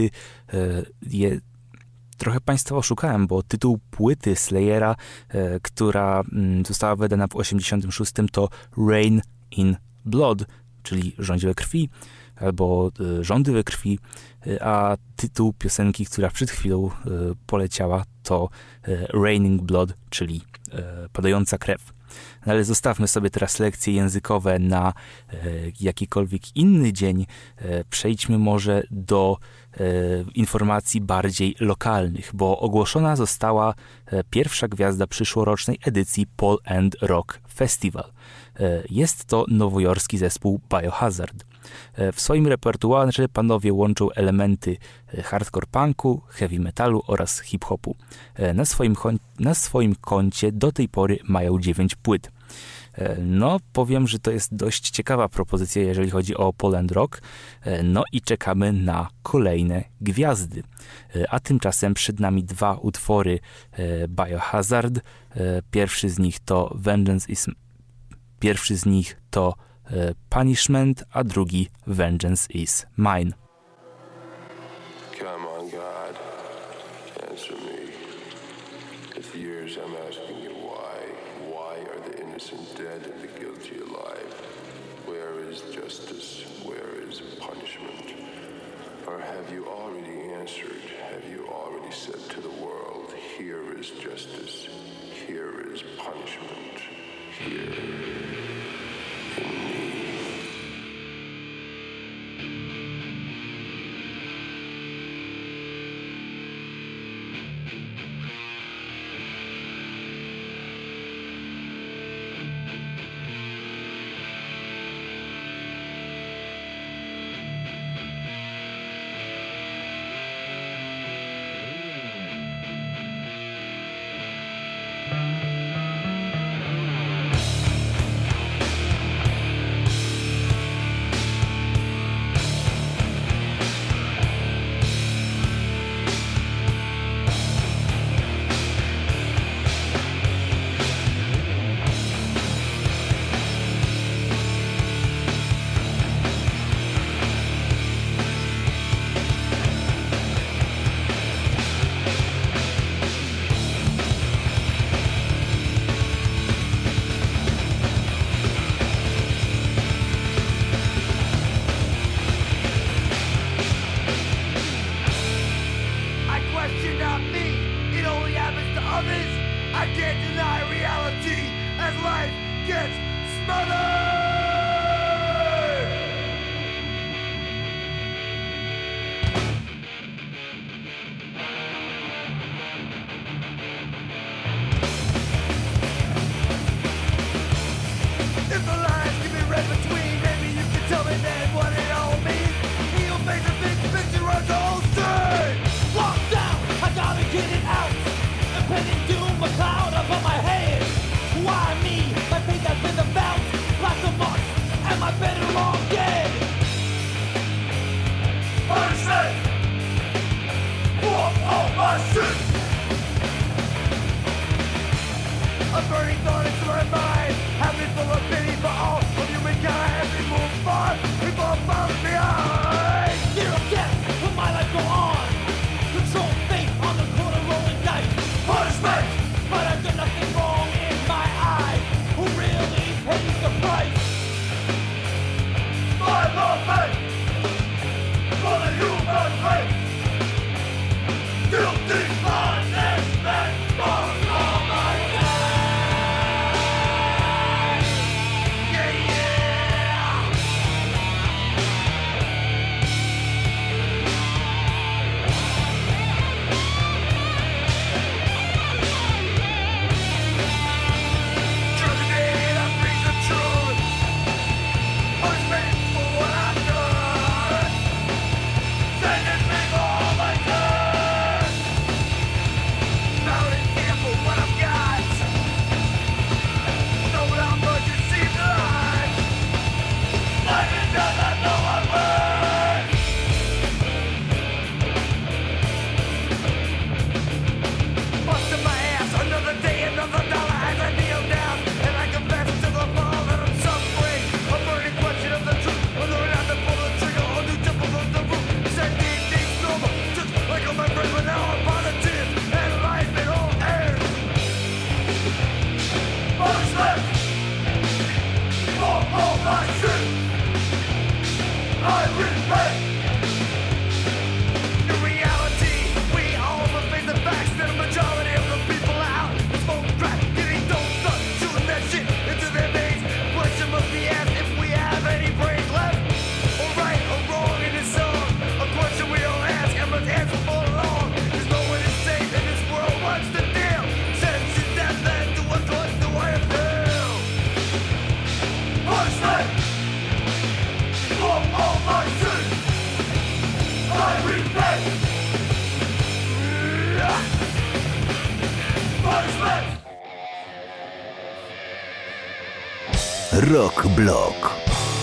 płyty Slayera, która została wydana w 1986, to Rain in Blood, czyli Rządzi we krwi, albo Rządy we krwi, a tytuł piosenki, która przed chwilą poleciała, to Raining Blood, czyli Padająca krew. No ale zostawmy sobie teraz lekcje językowe na jakikolwiek inny dzień. Przejdźmy może do informacji bardziej lokalnych, bo ogłoszona została pierwsza gwiazda przyszłorocznej edycji Pol and Rock Festival. Jest to nowojorski zespół Biohazard. W swoim repertuarze panowie łączą elementy hardcore punku, heavy metalu oraz hip-hopu. Na swoim koncie do tej pory mają 9 płyt. No, powiem, że to jest dość ciekawa propozycja, jeżeli chodzi o Pol and Rock. No i czekamy na kolejne gwiazdy. A tymczasem przed nami 2 utwory Biohazard. Pierwszy z nich to Punishment, a drugi Vengeance is Mine. Come on, God, answer me. It's years I'm asking you why. Why are the innocent dead and the guilty alive? Where is justice? Where is punishment? Or have you already answered? Have you already said to the world, here is justice, here is punishment, here in me? Rock Block.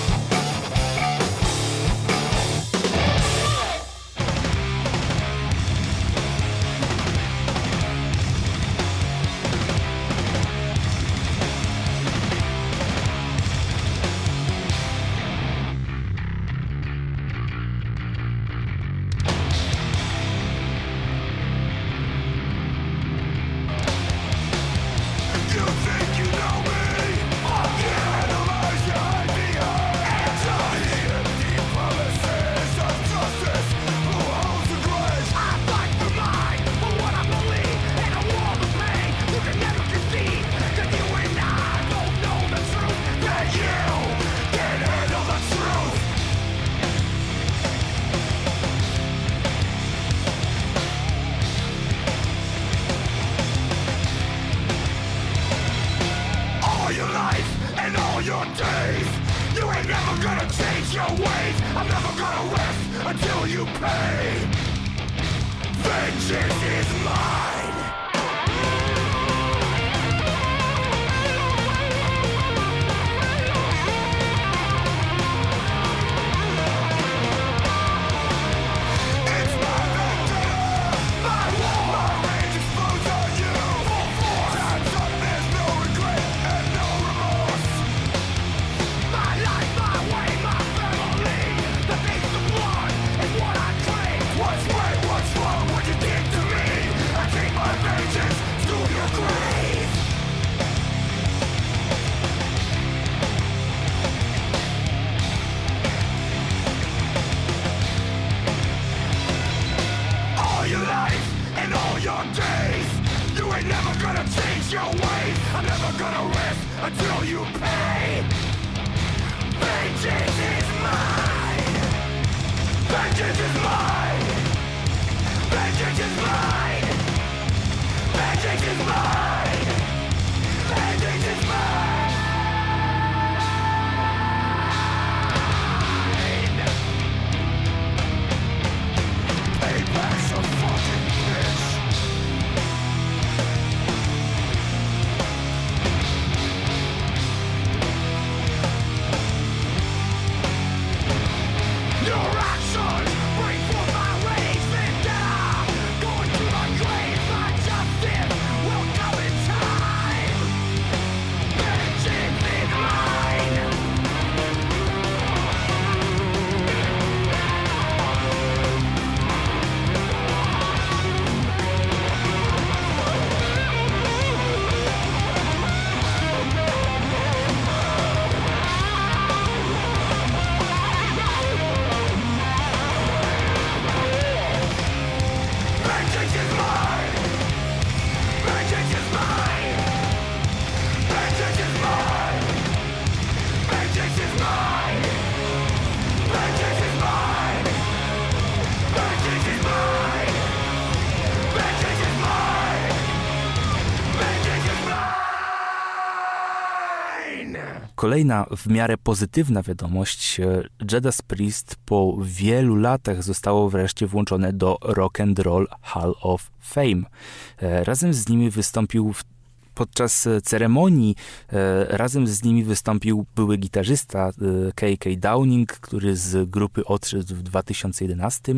Kolejna w miarę pozytywna wiadomość. Judas Priest po wielu latach zostało wreszcie włączone do Rock and Roll Hall of Fame. Razem z nimi wystąpił podczas ceremonii, razem z nimi wystąpił były gitarzysta K.K. Downing, który z grupy odszedł w 2011,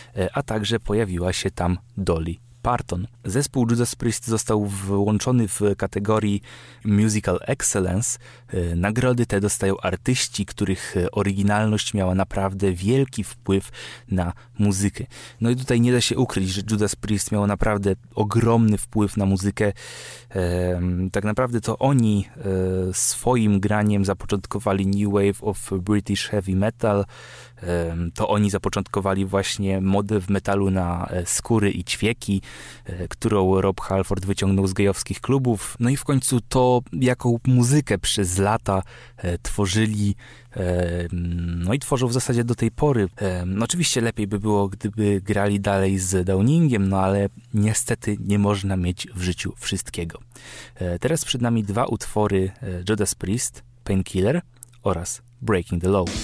a także pojawiła się tam Dolly Parton. Zespół Judas Priest został włączony w kategorii Musical Excellence. Nagrody te dostają artyści, których oryginalność miała naprawdę wielki wpływ na muzykę. No i tutaj nie da się ukryć, że Judas Priest miał naprawdę ogromny wpływ na muzykę. Tak naprawdę to oni swoim graniem zapoczątkowali New Wave of British Heavy Metal. To oni zapoczątkowali właśnie modę w metalu na skóry i ćwieki, którą Rob Halford wyciągnął z gejowskich klubów. No i w końcu to, jaką muzykę przez lata tworzyli, no i tworzą w zasadzie do tej pory. No oczywiście lepiej by było, gdyby grali dalej z Downingiem, no ale niestety nie można mieć w życiu wszystkiego. Teraz przed nami dwa utwory Judas Priest, Painkiller oraz Breaking the Law.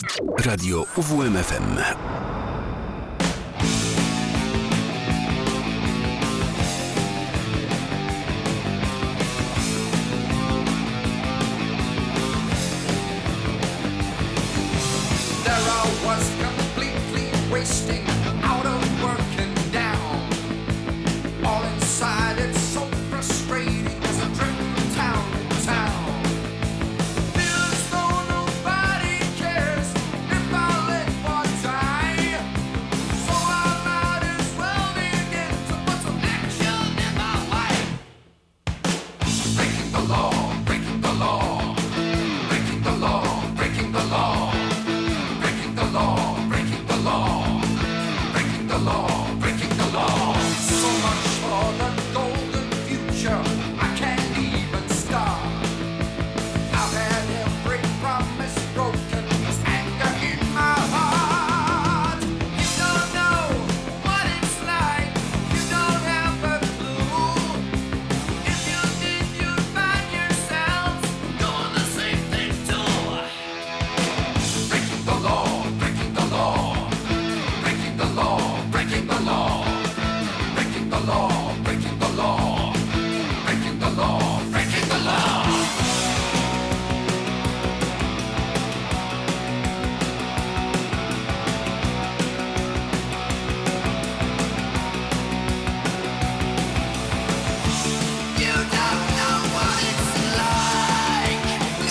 Radio UWMFM. Wasting out of work and down. All inside, it's so frustrating as I drift from town to town. Feels though nobody cares if I live or die. So I might as well begin to put some action in my life. Breaking the law, breaking the law, breaking the law, breaking the law, breaking the law, breaking the law. The law, breaking the law. So much for the golden future, I can't even start. I've had every promise broken, there's anger in my heart. You don't know what it's like, you don't have a clue. If you did, you'd find yourself doing the same thing too. Breaking the law, breaking the law, breaking the law. Breaking the law, breaking the law, breaking the law, breaking the law, breaking the law. You don't know what it's like.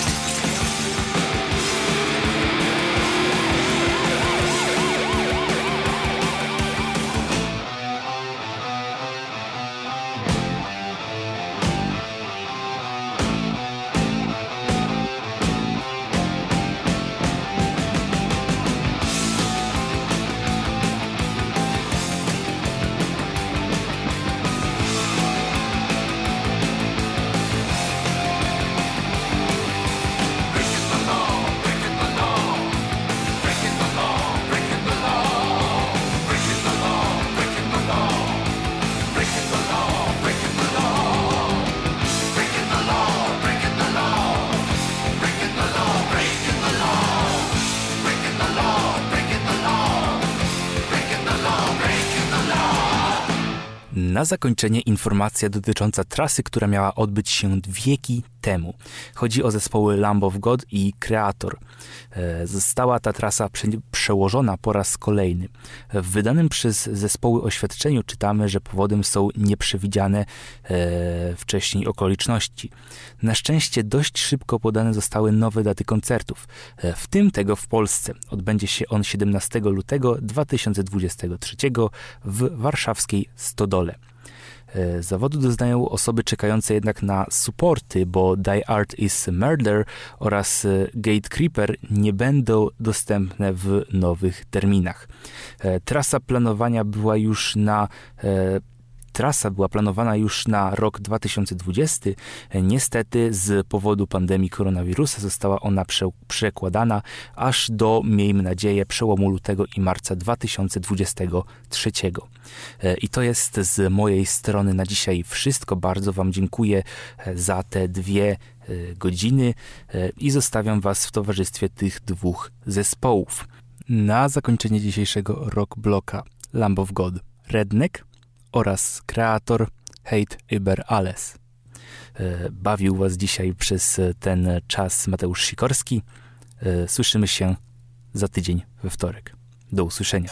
Na zakończenie informacja dotycząca trasy, która miała odbyć się wieki temu. Chodzi o zespoły Lamb of God i Kreator. Została ta trasa przełożona po raz kolejny. W wydanym przez zespoły oświadczeniu czytamy, że powodem są nieprzewidziane wcześniej okoliczności. Na szczęście dość szybko podane zostały nowe daty koncertów, w tym tego w Polsce. Odbędzie się on 17 lutego 2023 w warszawskiej Stodole. Zawodu doznają osoby czekające jednak na supporty, bo Die Art is Murder oraz Gate Creeper nie będą dostępne w nowych terminach. Trasa była planowana już na rok 2020. Niestety z powodu pandemii koronawirusa została ona przekładana aż do, miejmy nadzieję, przełomu lutego i marca 2023. I to jest z mojej strony na dzisiaj wszystko. Bardzo Wam dziękuję za te 2 godziny i zostawiam Was w towarzystwie tych 2 zespołów. Na zakończenie dzisiejszego rock bloka Lamb of God, Redneck oraz Kreator, Hate über alles. Bawił Was dzisiaj przez ten czas Mateusz Sikorski. Słyszymy się za tydzień we wtorek. Do usłyszenia.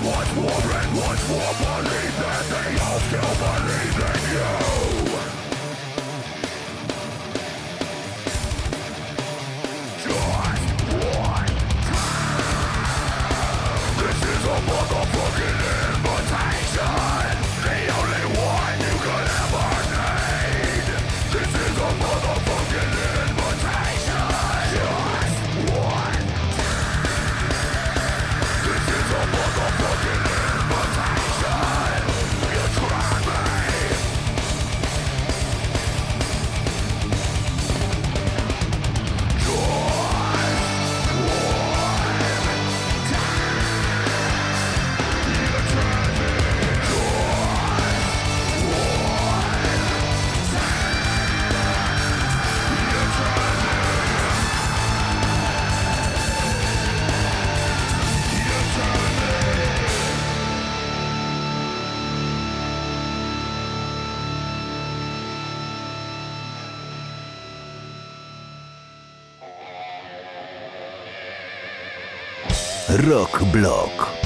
Rock Block.